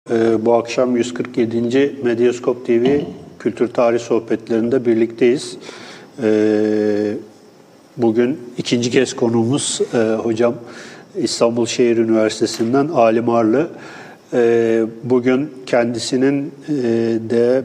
Bu akşam 147. Medyaskop TV Kültür Tarih Sohbetlerinde birlikteyiz. Bugün ikinci kez konuğumuz hocam İstanbul Şehir Üniversitesi'nden Alim Arlı. Bugün kendisinin de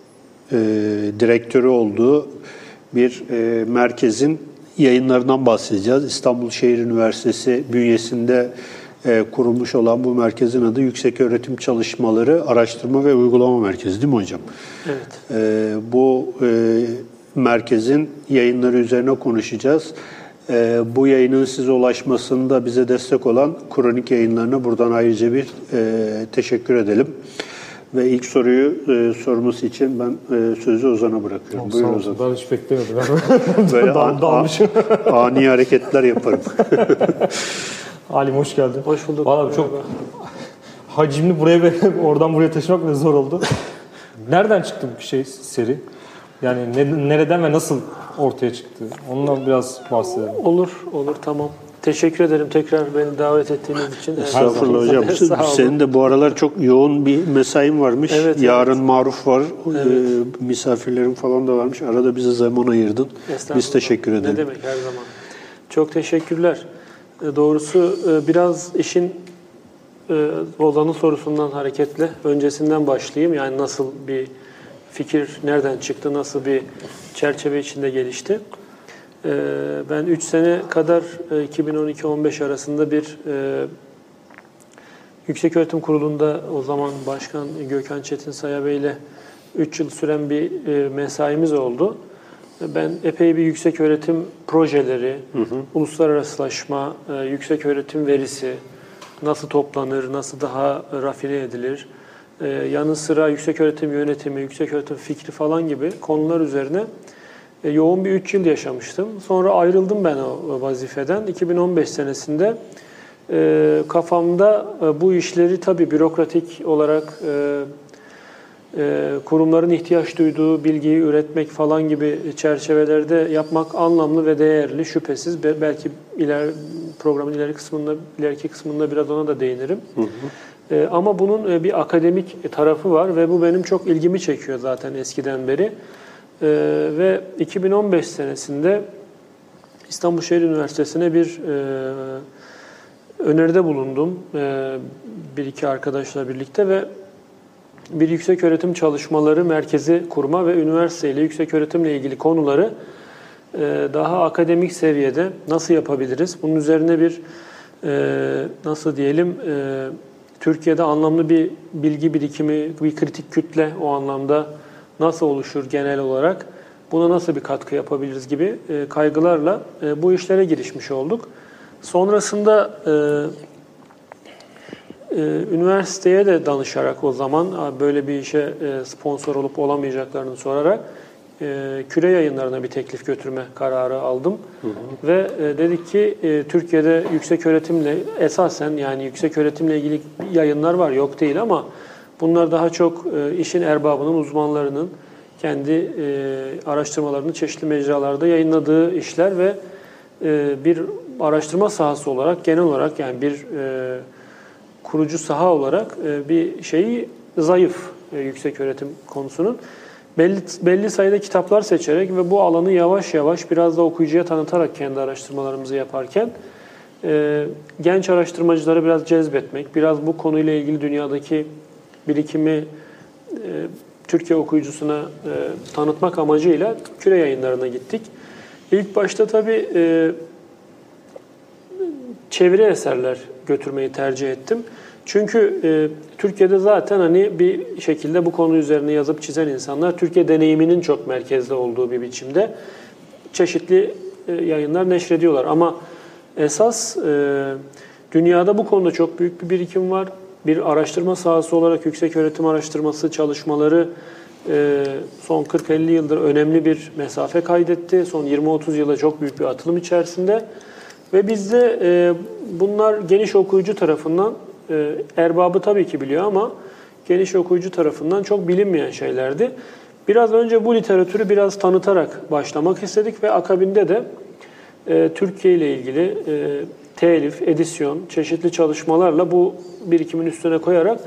direktörü olduğu bir merkezin yayınlarından bahsedeceğiz. İstanbul Şehir Üniversitesi bünyesinde kurulmuş olan bu merkezin adı Yükseköğretim Çalışmaları Araştırma ve Uygulama Merkezi, değil mi hocam? Evet. Bu merkezin yayınları üzerine konuşacağız. Bu yayının size ulaşmasında bize destek olan Kronik Yayınları'na buradan ayrıca bir teşekkür edelim. Ve ilk soruyu sorması için ben sözü Ozan'a bırakıyorum. Buyurun Ozan. Ben hiç beklemiyordum. Böyle ani hareketler yaparım. Alim hoş geldin. Hoş bulduk. Vallahi çok hacimli buraya ve oradan buraya taşımak da zor oldu. Nereden çıktı bu seri? Yani nereden ve nasıl ortaya çıktı? Ondan biraz bahsedelim. Olur tamam. Teşekkür ederim tekrar beni davet ettiğiniz için. Estağfurullah hocam. Senin de bu aralar çok yoğun bir mesain varmış. Evet, yarın maruf var. Misafirlerin falan da varmış. Arada bize zaman ayırdın. Biz teşekkür edelim. Ne demek, her zaman. Çok teşekkürler. Doğrusu biraz işin Ozan'ın sorusundan hareketle öncesinden başlayayım. Yani nasıl bir fikir nereden çıktı, nasıl bir çerçeve içinde gelişti. Ben 3 sene kadar 2012-15 arasında bir Yükseköğretim Kurulu'nda o zaman Başkan Gökhan Çetinsaya Bey ile 3 yıl süren bir mesaimiz oldu. Ben epey bir yükseköğretim projeleri, uluslararasılaşma, yükseköğretim verisi nasıl toplanır, nasıl daha rafine edilir, yanı sıra yükseköğretim yönetimi, yükseköğretim fikri falan gibi konular üzerine yoğun bir 3 yıl yaşamıştım. Sonra ayrıldım ben o vazifeden. 2015 senesinde kafamda bu işleri tabii bürokratik olarak kurumların ihtiyaç duyduğu bilgiyi üretmek falan gibi çerçevelerde yapmak anlamlı ve değerli, şüphesiz. Belki programın ileriki kısmında biraz ona da değinirim. Ama bunun bir akademik tarafı var ve bu benim çok ilgimi çekiyor zaten eskiden beri. Ve 2015 senesinde İstanbul Şehir Üniversitesi'ne bir öneride bulundum. Bir iki arkadaşla birlikte ve bir yükseköğretim çalışmaları merkezi kurma ve üniversiteyle yükseköğretimle ilgili konuları daha akademik seviyede nasıl yapabiliriz? Bunun üzerine bir nasıl diyelim Türkiye'de anlamlı bir bilgi birikimi, bir kritik kütle o anlamda nasıl oluşur genel olarak? Buna nasıl bir katkı yapabiliriz gibi kaygılarla bu işlere girişmiş olduk. Sonrasında üniversiteye de danışarak o zaman böyle bir işe sponsor olup olamayacaklarını sorarak Küre Yayınları'na bir teklif götürme kararı aldım. Ve dedik ki Türkiye'de yükseköğretimle esasen yani yükseköğretimle ilgili yayınlar var, yok değil ama bunlar daha çok işin erbabının, uzmanlarının kendi araştırmalarını çeşitli mecralarda yayınladığı işler ve bir araştırma sahası olarak genel olarak yani bir kurucu saha olarak bir şeyi zayıf yükseköğretim konusunun. Belli sayıda kitaplar seçerek ve bu alanı yavaş yavaş biraz da okuyucuya tanıtarak kendi araştırmalarımızı yaparken genç araştırmacıları biraz cezbetmek, biraz bu konuyla ilgili dünyadaki birikimi Türkiye okuyucusuna tanıtmak amacıyla Küre Yayınları'na gittik. İlk başta tabii çeviri eserler götürmeyi tercih ettim. Çünkü Türkiye'de zaten hani bir şekilde bu konu üzerine yazıp çizen insanlar Türkiye deneyiminin çok merkezde olduğu bir biçimde çeşitli yayınlar neşrediyorlar. Ama esas dünyada bu konuda çok büyük bir birikim var. Bir araştırma sahası olarak yükseköğretim araştırması çalışmaları son 40-50 yıldır önemli bir mesafe kaydetti. Son 20-30 yıla çok büyük bir atılım içerisinde. Ve bizde bunlar geniş okuyucu tarafından, erbabı tabii ki biliyor ama geniş okuyucu tarafından çok bilinmeyen şeylerdi. Biraz önce bu literatürü biraz tanıtarak başlamak istedik ve akabinde de Türkiye ile ilgili telif, edisyon, çeşitli çalışmalarla bu birikimin üstüne koyarak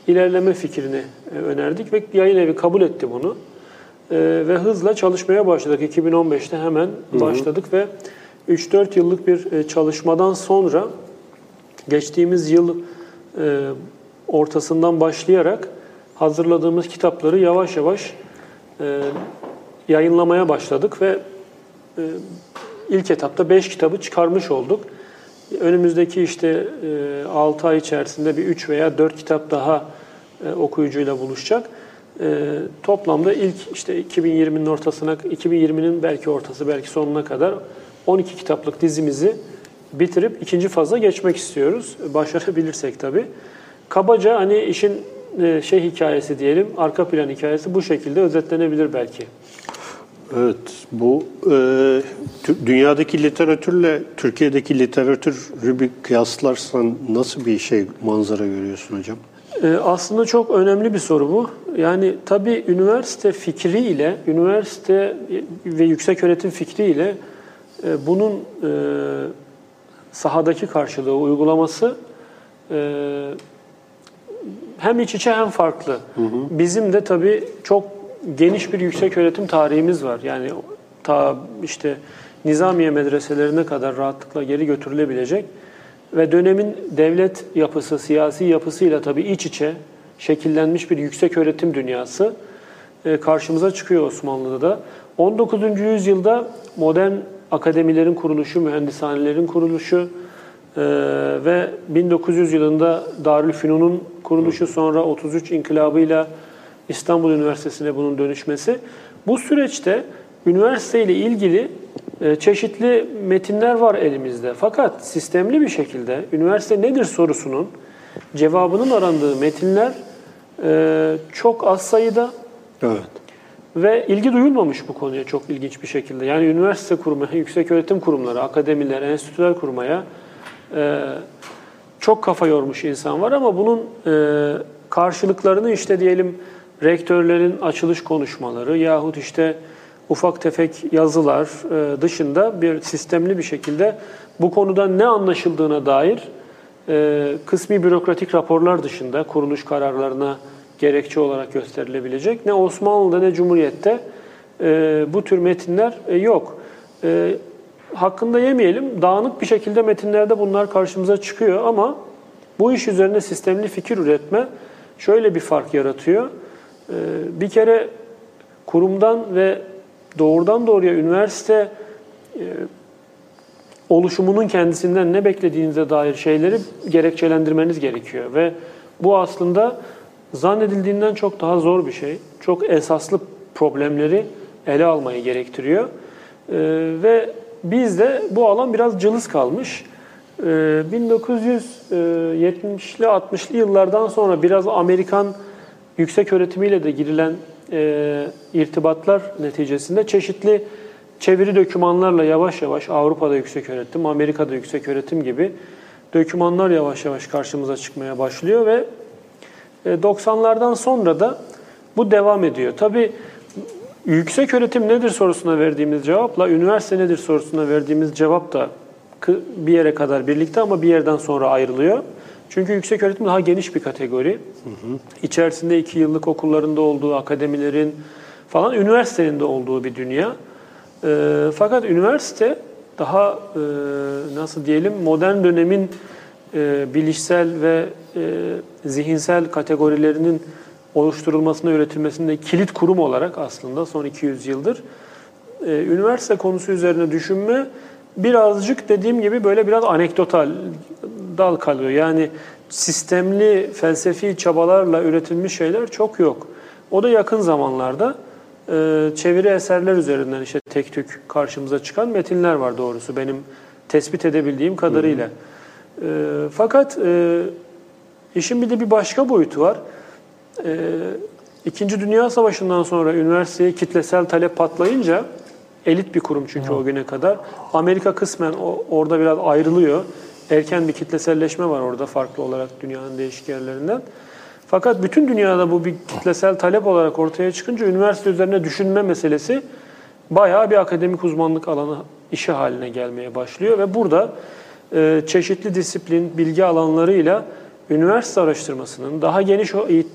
ilerleme fikrini önerdik ve yayın evi kabul etti bunu. Ve hızla çalışmaya başladık. 2015'te hemen başladık ve 3-4 yıllık bir çalışmadan sonra geçtiğimiz yıl ortasından başlayarak hazırladığımız kitapları yavaş yavaş yayınlamaya başladık ve ilk etapta 5 kitabı çıkarmış olduk. Önümüzdeki işte 6 ay içerisinde bir 3 veya 4 kitap daha okuyucuyla buluşacak. Toplamda ilk işte 2020'nin ortasına, 2020'nin belki ortası, belki sonuna kadar 12 kitaplık dizimizi bitirip ikinci faza geçmek istiyoruz. Başarabilirsek tabii. Kabaca hani işin hikayesi diyelim, arka plan hikayesi bu şekilde özetlenebilir belki. Evet, bu dünyadaki literatürle Türkiye'deki literatürü bir kıyaslarsan nasıl bir manzara görüyorsun hocam? Aslında çok önemli bir soru bu. Yani tabii üniversite fikriyle, üniversite ve yükseköğretim fikriyle bunun sahadaki karşılığı, uygulaması hem iç içe hem farklı. Bizim de tabii çok geniş bir yükseköğretim tarihimiz var. Yani ta işte Nizamiye medreselerine kadar rahatlıkla geri götürülebilecek ve dönemin devlet yapısı, siyasi yapısıyla tabii iç içe şekillenmiş bir yükseköğretim dünyası karşımıza çıkıyor Osmanlı'da da. 19. yüzyılda modern akademilerin kuruluşu, mühendishanelerin kuruluşu ve 1900 yılında Darülfünun'un kuruluşu, sonra 33 inkılabıyla İstanbul Üniversitesi'ne bunun dönüşmesi. Bu süreçte üniversiteyle ilgili çeşitli metinler var elimizde. Fakat sistemli bir şekilde üniversite nedir sorusunun cevabının arandığı metinler çok az sayıda. Evet. Ve ilgi duyulmamış bu konuya çok ilginç bir şekilde. Yani üniversite kurmaya, yükseköğretim kurumları, akademiler, enstitüler kurmaya çok kafa yormuş insan var ama bunun karşılıklarını işte diyelim rektörlerin açılış konuşmaları yahut işte ufak tefek yazılar dışında bir sistemli bir şekilde bu konuda ne anlaşıldığına dair kısmi bürokratik raporlar dışında kuruluş kararlarına gerekçe olarak gösterilebilecek ne Osmanlı'da ne Cumhuriyet'te bu tür metinler yok. Hakkında yemeyelim, dağınık bir şekilde metinlerde bunlar karşımıza çıkıyor ama bu iş üzerine sistemli fikir üretme şöyle bir fark yaratıyor. Bir kere kurumdan ve doğrudan doğruya üniversite oluşumunun kendisinden ne beklediğinize dair şeyleri gerekçelendirmeniz gerekiyor. Ve bu aslında zannedildiğinden çok daha zor bir şey. Çok esaslı problemleri ele almayı gerektiriyor. Ve bizde bu alan biraz cılız kalmış. 1970'li 60'lı yıllardan sonra biraz Amerikan yüksek öğretimiyle de girilen irtibatlar neticesinde çeşitli çeviri dokümanlarla yavaş yavaş Avrupa'da yüksek öğretim, Amerika'da yüksek öğretim gibi dokümanlar yavaş yavaş karşımıza çıkmaya başlıyor ve 90'lardan sonra da bu devam ediyor. Tabii yüksek öğretim nedir sorusuna verdiğimiz cevapla üniversite nedir sorusuna verdiğimiz cevap da bir yere kadar birlikte ama bir yerden sonra ayrılıyor. Çünkü yüksek öğretim daha geniş bir kategori. İçerisinde 2 yıllık okullarında olduğu, akademilerin falan üniversitenin de olduğu bir dünya. Fakat üniversite daha nasıl diyelim modern dönemin bilişsel ve zihinsel kategorilerinin oluşturulmasına, üretilmesinde kilit kurum olarak aslında son 200 yıldır üniversite konusu üzerine düşünme birazcık dediğim gibi böyle biraz anekdotal dal kalıyor. Yani sistemli felsefi çabalarla üretilmiş şeyler çok yok. O da yakın zamanlarda çeviri eserler üzerinden işte tek tük karşımıza çıkan metinler var doğrusu benim tespit edebildiğim kadarıyla. Fakat işin bir de bir başka boyutu var. İkinci Dünya Savaşı'ndan sonra üniversiteye kitlesel talep patlayınca elit bir kurum çünkü o güne kadar. Amerika kısmen orada biraz ayrılıyor. Erken bir kitleselleşme var orada farklı olarak dünyanın değişik yerlerinden. Fakat bütün dünyada bu bir kitlesel talep olarak ortaya çıkınca üniversite üzerine düşünme meselesi bayağı bir akademik uzmanlık alanı işi haline gelmeye başlıyor ve burada çeşitli disiplin, bilgi alanlarıyla üniversite araştırmasının daha geniş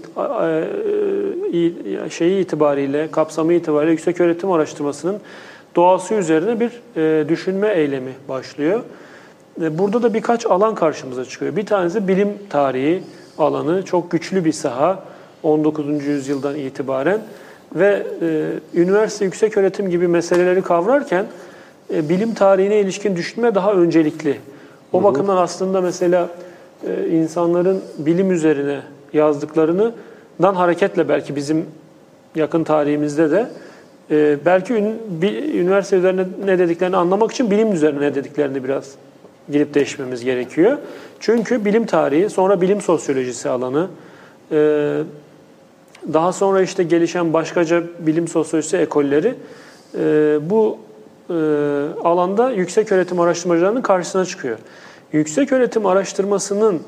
kapsamı itibariyle yükseköğretim araştırmasının doğası üzerine bir düşünme eylemi başlıyor. Burada da birkaç alan karşımıza çıkıyor. Bir tanesi bilim tarihi alanı, çok güçlü bir saha 19. yüzyıldan itibaren ve üniversite yükseköğretim gibi meseleleri kavrarken bilim tarihine ilişkin düşünme daha öncelikli. O bakımdan aslında mesela insanların bilim üzerine yazdıklarından hareketle belki bizim yakın tarihimizde de belki üniversite üzerine ne dediklerini anlamak için bilim üzerine ne dediklerini biraz girip değişmemiz gerekiyor. Çünkü bilim tarihi, sonra bilim sosyolojisi alanı, daha sonra işte gelişen başkaca bilim sosyolojisi ekolleri bu alanda yükseköğretim araştırmacılarının karşısına çıkıyor. Yükseköğretim araştırmasının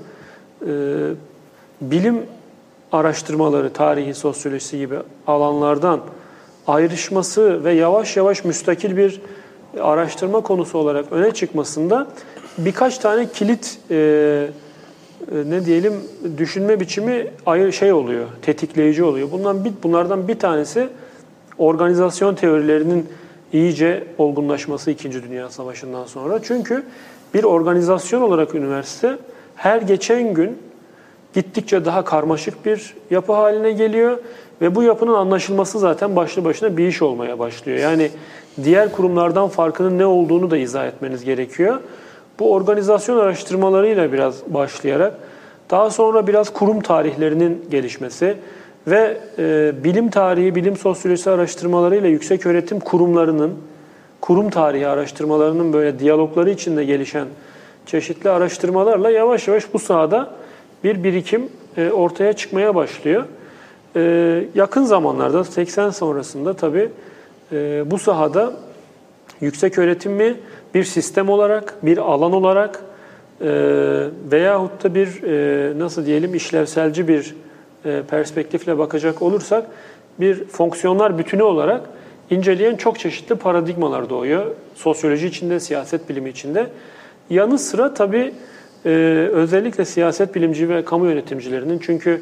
bilim araştırmaları, tarihi, sosyolojisi gibi alanlardan ayrışması ve yavaş yavaş müstakil bir araştırma konusu olarak öne çıkmasında birkaç tane kilit düşünme biçimi oluyor, tetikleyici oluyor. Bunlardan bir tanesi organizasyon teorilerinin iyice olgunlaşması 2. Dünya Savaşı'ndan sonra. Çünkü bir organizasyon olarak üniversite her geçen gün gittikçe daha karmaşık bir yapı haline geliyor ve bu yapının anlaşılması zaten başlı başına bir iş olmaya başlıyor. Yani diğer kurumlardan farkının ne olduğunu da izah etmeniz gerekiyor. Bu organizasyon araştırmalarıyla biraz başlayarak daha sonra biraz kurum tarihlerinin gelişmesi ve bilim tarihi, bilim sosyolojisi araştırmalarıyla yükseköğretim kurumlarının, kurum tarihi araştırmalarının böyle diyalogları içinde gelişen çeşitli araştırmalarla yavaş yavaş bu sahada bir birikim ortaya çıkmaya başlıyor. Yakın zamanlarda 80 sonrasında tabii bu sahada yükseköğretimi bir sistem olarak, bir alan olarak veyahut da bir işlevselci bir perspektifle bakacak olursak bir fonksiyonlar bütünü olarak inceleyen çok çeşitli paradigmalar doğuyor. Sosyoloji içinde, siyaset bilimi içinde. Yanı sıra tabii özellikle siyaset bilimci ve kamu yönetimcilerinin, çünkü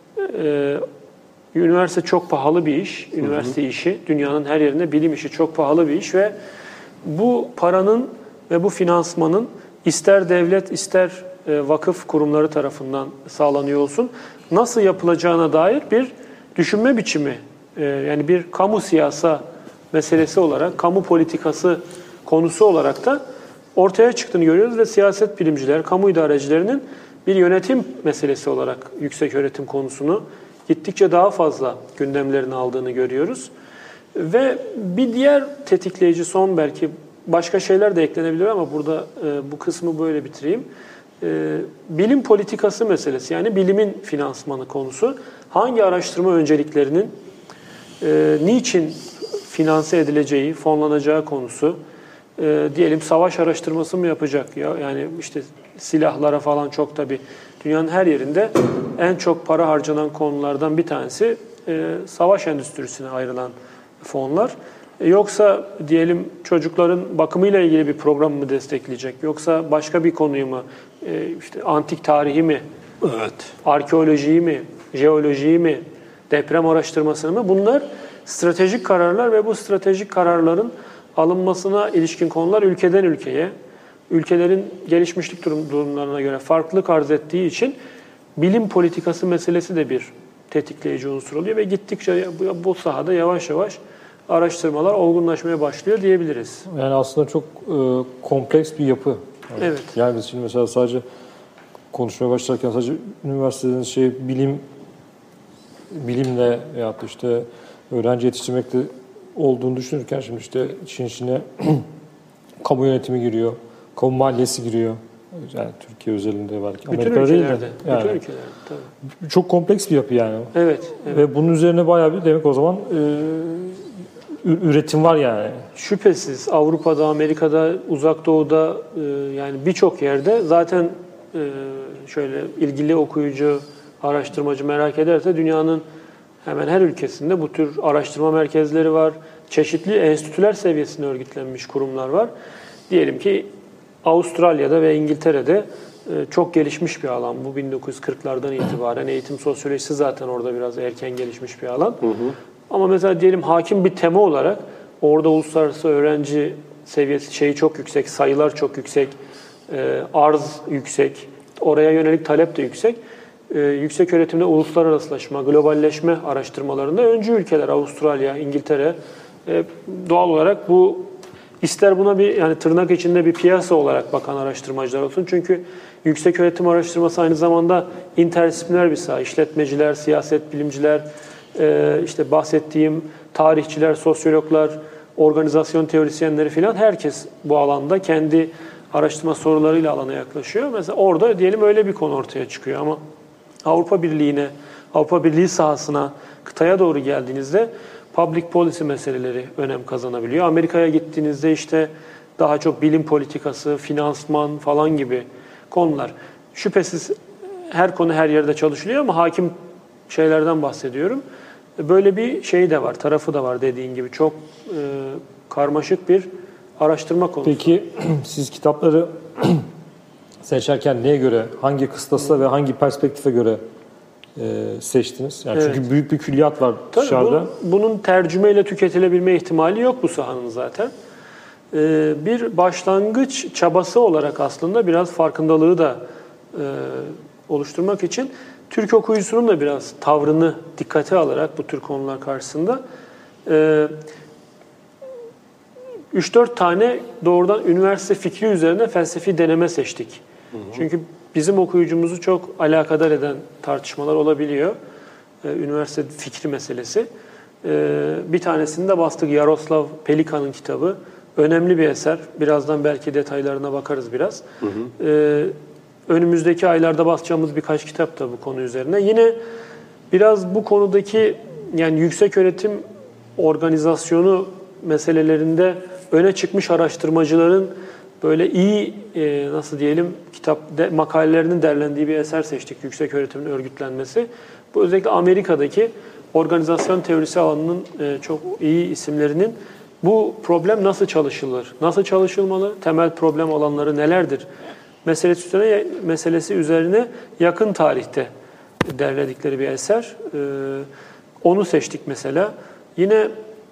üniversite çok pahalı bir iş, üniversite işi, dünyanın her yerinde bilim işi çok pahalı bir iş ve bu paranın ve bu finansmanın ister devlet ister vakıf kurumları tarafından sağlanıyor olsun, nasıl yapılacağına dair bir düşünme biçimi, yani bir kamu siyasa meselesi olarak, kamu politikası konusu olarak da ortaya çıktığını görüyoruz ve siyaset bilimciler, kamu idarecilerinin bir yönetim meselesi olarak yükseköğretim konusunu gittikçe daha fazla gündemlerine aldığını görüyoruz. Ve bir diğer tetikleyici son, belki başka şeyler de eklenebilir ama burada bu kısmı böyle bitireyim. Bilim politikası meselesi, yani bilimin finansmanı konusu. Hangi araştırma önceliklerinin niçin finanse edileceği, fonlanacağı konusu. Diyelim savaş araştırması mı yapacak? Yani işte silahlara falan çok tabii dünyanın her yerinde en çok para harcanan konulardan bir tanesi savaş endüstrisine ayrılan fonlar. Yoksa diyelim çocukların bakımıyla ilgili bir program mı destekleyecek? Yoksa başka bir konuyu mu? İşte antik tarihi mi? Evet. Arkeolojiyi mi? Jeolojiyi mi? Deprem araştırmasını mı? Bunlar stratejik kararlar ve bu stratejik kararların alınmasına ilişkin konular ülkeden ülkeye, ülkelerin gelişmişlik durumlarına göre farklılık arz ettiği için bilim politikası meselesi de bir tetikleyici unsur oluyor ve gittikçe bu sahada yavaş yavaş araştırmalar olgunlaşmaya başlıyor diyebiliriz. Yani aslında çok kompleks bir yapı. Evet. Yani biz şimdi mesela sadece konuşmaya başlarken sadece üniversitenin bilimle veyahut da işte öğrenci yetiştirmekle olduğunu düşünürken şimdi işte işin içine kamu yönetimi giriyor, kamu maliyesi giriyor. Yani Türkiye özelinde belki. Bütün Amerika'da değil de. ülkelerde. Yani. Bütün ülkelerde tabii. Çok kompleks bir yapı yani. Evet, evet. Ve bunun üzerine bayağı bir demek o zaman üretim var yani. Şüphesiz Avrupa'da, Amerika'da, Uzak Doğu'da yani birçok yerde zaten şöyle ilgili okuyucu, araştırmacı merak ederse dünyanın hemen her ülkesinde bu tür araştırma merkezleri var. Çeşitli enstitüler seviyesinde örgütlenmiş kurumlar var. Diyelim ki Avustralya'da ve İngiltere'de çok gelişmiş bir alan. Bu 1940'lardan itibaren eğitim sosyolojisi zaten orada biraz erken gelişmiş bir alan. Ama mesela diyelim hakim bir tema olarak orada uluslararası öğrenci seviyesi çok yüksek, sayılar çok yüksek, arz yüksek, oraya yönelik talep de yüksek. Yüksek öğretimde uluslararasılaşma, globalleşme araştırmalarında öncü ülkeler Avustralya, İngiltere doğal olarak bu ister buna bir yani tırnak içinde bir piyasa olarak bakan araştırmacılar olsun. Çünkü yüksek öğretim araştırması aynı zamanda interdisipliner bir saha. İşletmeciler, siyaset bilimciler, işte bahsettiğim tarihçiler, sosyologlar, organizasyon teorisyenleri filan herkes bu alanda kendi araştırma sorularıyla alana yaklaşıyor. Mesela orada diyelim öyle bir konu ortaya çıkıyor ama Avrupa Birliği'ne, Avrupa Birliği sahasına, kıtaya doğru geldiğinizde public policy meseleleri önem kazanabiliyor. Amerika'ya gittiğinizde işte daha çok bilim politikası, finansman falan gibi konular. Şüphesiz her konu her yerde çalışılıyor ama hakim şeylerden bahsediyorum. Böyle bir şey de var, tarafı da var dediğin gibi. Çok karmaşık bir araştırma konusu. Peki siz kitapları seçerken neye göre, hangi kıstasa ve hangi perspektife göre seçtiniz? Yani çünkü büyük bir külliyat var Tabii dışarıda. bunun tercümeyle tüketilebilme ihtimali yok bu sahanın zaten. Bir başlangıç çabası olarak aslında biraz farkındalığı da oluşturmak için Türk okuyucusunun da biraz tavrını dikkate alarak bu tür konular karşısında 3-4 tane doğrudan üniversite fikri üzerine felsefi deneme seçtik. Çünkü bizim okuyucumuzu çok alakadar eden tartışmalar olabiliyor. Üniversite fikri meselesi. Bir tanesini de bastık. Yaroslav Pelikan'ın kitabı. Önemli bir eser. Birazdan belki detaylarına bakarız biraz. Önümüzdeki aylarda basacağımız birkaç kitap da bu konu üzerine. Yine biraz bu konudaki yani yüksek öğretim organizasyonu meselelerinde öne çıkmış araştırmacıların böyle iyi nasıl diyelim makalelerinin derlendiği bir eser seçtik. Yüksek öğretimin örgütlenmesi. Bu özellikle Amerika'daki organizasyon teorisi alanının çok iyi isimlerinin bu problem nasıl çalışılır, nasıl çalışılmalı, temel problem alanları nelerdir meselesi üzerine yakın tarihte derledikleri bir eser. Onu seçtik mesela. Yine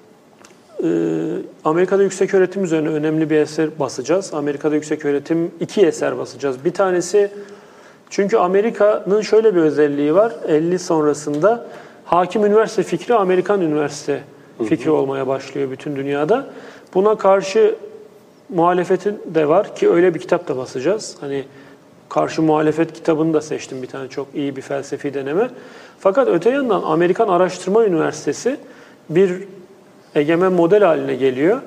Amerika'da yüksek öğretim üzerine önemli bir eser basacağız. Amerika'da yüksek öğretim 2 eser basacağız. Bir tanesi çünkü Amerika'nın şöyle bir özelliği var. 50 sonrasında hakim üniversite fikri Amerikan üniversite fikri olmaya başlıyor bütün dünyada. Buna karşı muhalefetin de var ki öyle bir kitap da basacağız. Hani karşı muhalefet kitabını da seçtim bir tane çok iyi bir felsefi deneme. Fakat öte yandan Amerikan Araştırma Üniversitesi bir egemen model haline geliyor.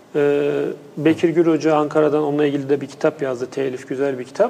Bekir Gür Hoca Ankara'dan onunla ilgili de bir kitap yazdı. Telif güzel bir kitap.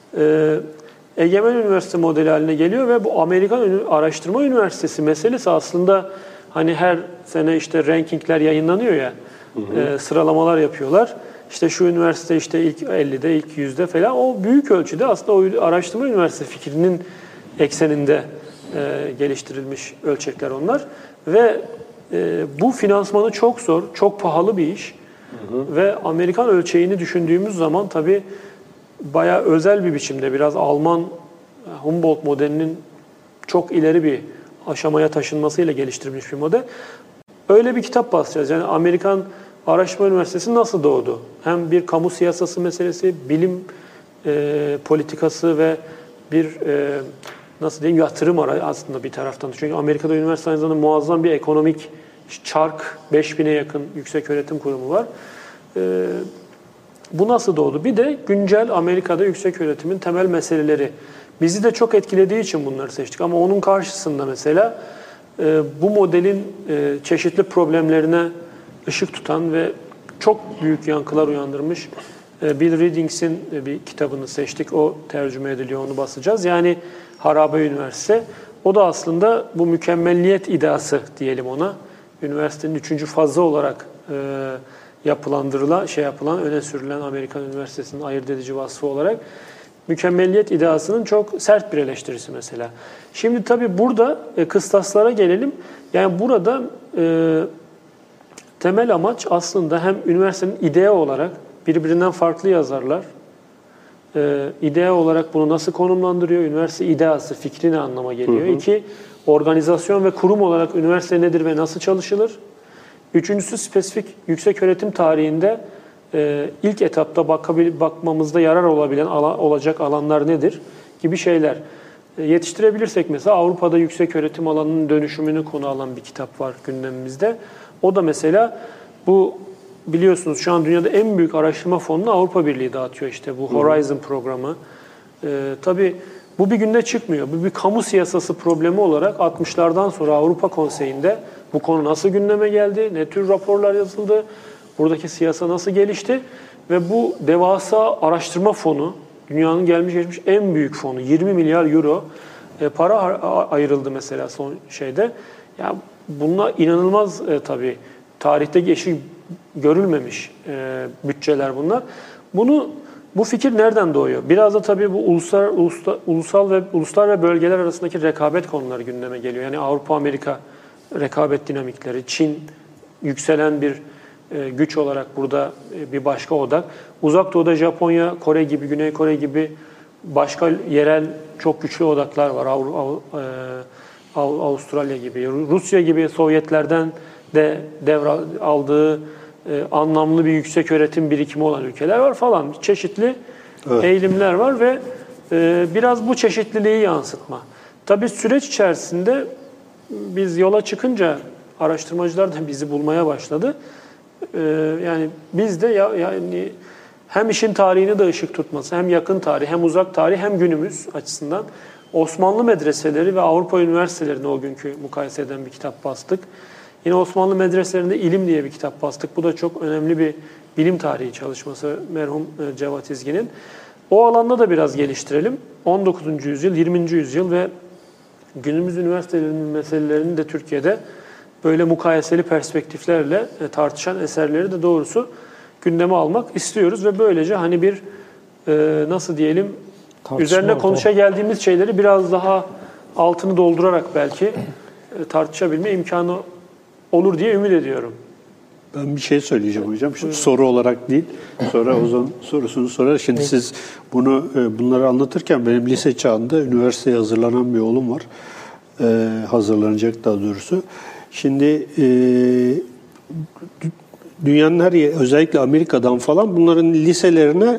Egemen üniversite modeli haline geliyor ve bu Amerikan Araştırma Üniversitesi meselesi aslında hani her sene işte rankingler yayınlanıyor ya, sıralamalar yapıyorlar. İşte şu üniversite işte ilk 50'de, ilk 100'de falan. O büyük ölçüde aslında o araştırma üniversite fikrinin ekseninde geliştirilmiş ölçekler onlar. Ve bu finansmanı çok zor, çok pahalı bir iş. Ve Amerikan ölçeğini düşündüğümüz zaman tabii bayağı özel bir biçimde biraz Alman Humboldt modelinin çok ileri bir aşamaya taşınmasıyla geliştirilmiş bir model. Öyle bir kitap basacağız. Yani Amerikan Araştırma Üniversitesi nasıl doğdu? Hem bir kamu siyasası meselesi, bilim politikası ve bir nasıl diyeyim yatırım aslında bir taraftan. Çünkü Amerika'da üniversite aynı zamanda muazzam bir ekonomik çark, 5000'e yakın yüksek öğretim kurumu var. Bu nasıl doğdu? Bir de güncel Amerika'da yüksek öğretimin temel meseleleri. Bizi de çok etkilediği için bunları seçtik. Ama onun karşısında mesela bu modelin çeşitli problemlerine ışık tutan ve çok büyük yankılar uyandırmış Bill Riddings'in bir kitabını seçtik. O tercüme ediliyor, onu basacağız. Yani Harabe Üniversite. O da aslında bu mükemmelliyet iddiası diyelim ona. Üniversitenin 3. fazı olarak yapılan, öne sürülen Amerikan Üniversitesi'nin ayırt edici vasfı olarak mükemmelliyet iddiasının çok sert bir eleştirisi mesela. Şimdi tabii burada kıstaslara gelelim. Yani burada temel amaç aslında hem üniversitenin idea olarak birbirinden farklı yazarlar idea olarak bunu nasıl konumlandırıyor? Üniversite ideası, fikri ne anlama geliyor? 2, organizasyon ve kurum olarak üniversite nedir ve nasıl çalışılır? 3'üncüsü spesifik yükseköğretim tarihinde ilk etapta bakmamızda yarar olacak alanlar nedir gibi şeyler. Yetiştirebilirsek mesela Avrupa'da yükseköğretim alanının dönüşümünü konu alan bir kitap var gündemimizde. O da mesela bu, biliyorsunuz şu an dünyada en büyük araştırma fonunu Avrupa Birliği dağıtıyor, işte bu Horizon programı. Tabii bu bir günde çıkmıyor. Bu bir kamu siyasası problemi olarak 60'lardan sonra Avrupa Konseyi'nde bu konu nasıl gündeme geldi, ne tür raporlar yazıldı, buradaki siyasa nasıl gelişti ve bu devasa araştırma fonu, dünyanın gelmiş geçmiş en büyük fonu, 20 milyar euro para ayrıldı mesela son şeyde. Ya bunlar inanılmaz tabii. Tarihte eşi görülmemiş bütçeler bunlar. Bu fikir nereden doğuyor? Biraz da tabii bu uluslar ve bölgeler arasındaki rekabet konuları gündeme geliyor. Yani Avrupa-Amerika rekabet dinamikleri, Çin yükselen bir güç olarak burada bir başka odak. Uzak Doğu'da Japonya, Kore gibi, Güney Kore gibi başka yerel çok güçlü odaklar var. Avustralya gibi, Rusya gibi Sovyetlerden de devraldığı anlamlı bir yükseköğretim birikimi olan ülkeler var falan. Çeşitli eğilimler var ve biraz bu çeşitliliği yansıtma. Tabii süreç içerisinde biz yola çıkınca araştırmacılar da bizi bulmaya başladı. Yani biz de yani hem işin tarihini de ışık tutması, hem yakın tarih, hem uzak tarih, hem günümüz açısından Osmanlı medreseleri ve Avrupa üniversitelerini o günkü mukayese eden bir kitap bastık. Yine Osmanlı medreselerinde İlim diye bir kitap bastık. Bu da çok önemli bir bilim tarihi çalışması merhum Cevat İzgin'in. O alanda da biraz geliştirelim. 19. yüzyıl, 20. yüzyıl ve günümüz üniversitelerinin meselelerini de Türkiye'de böyle mukayeseli perspektiflerle tartışan eserleri de doğrusu gündeme almak istiyoruz ve böylece hani bir nasıl diyelim, üzerine konuşa geldiğimiz şeyleri biraz daha altını doldurarak belki tartışabilme imkanı olur diye ümit ediyorum. Ben bir şey söyleyeceğim hocam. Şu soru olarak değil. Sonra Ozan sorusunu sorar. Şimdi siz bunları anlatırken benim lise çağında üniversiteye hazırlanan bir oğlum var. Hazırlanacak daha doğrusu. Şimdi dünyanın her yeri, özellikle Amerika'dan falan bunların liselerine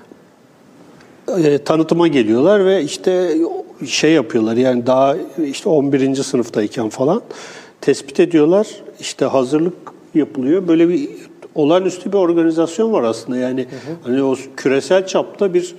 tanıtıma geliyorlar ve işte şey yapıyorlar. Yani daha işte 11. sınıftayken falan tespit ediyorlar. İşte hazırlık yapılıyor. Böyle bir olağanüstü bir organizasyon var aslında. Yani hani o küresel çapta bir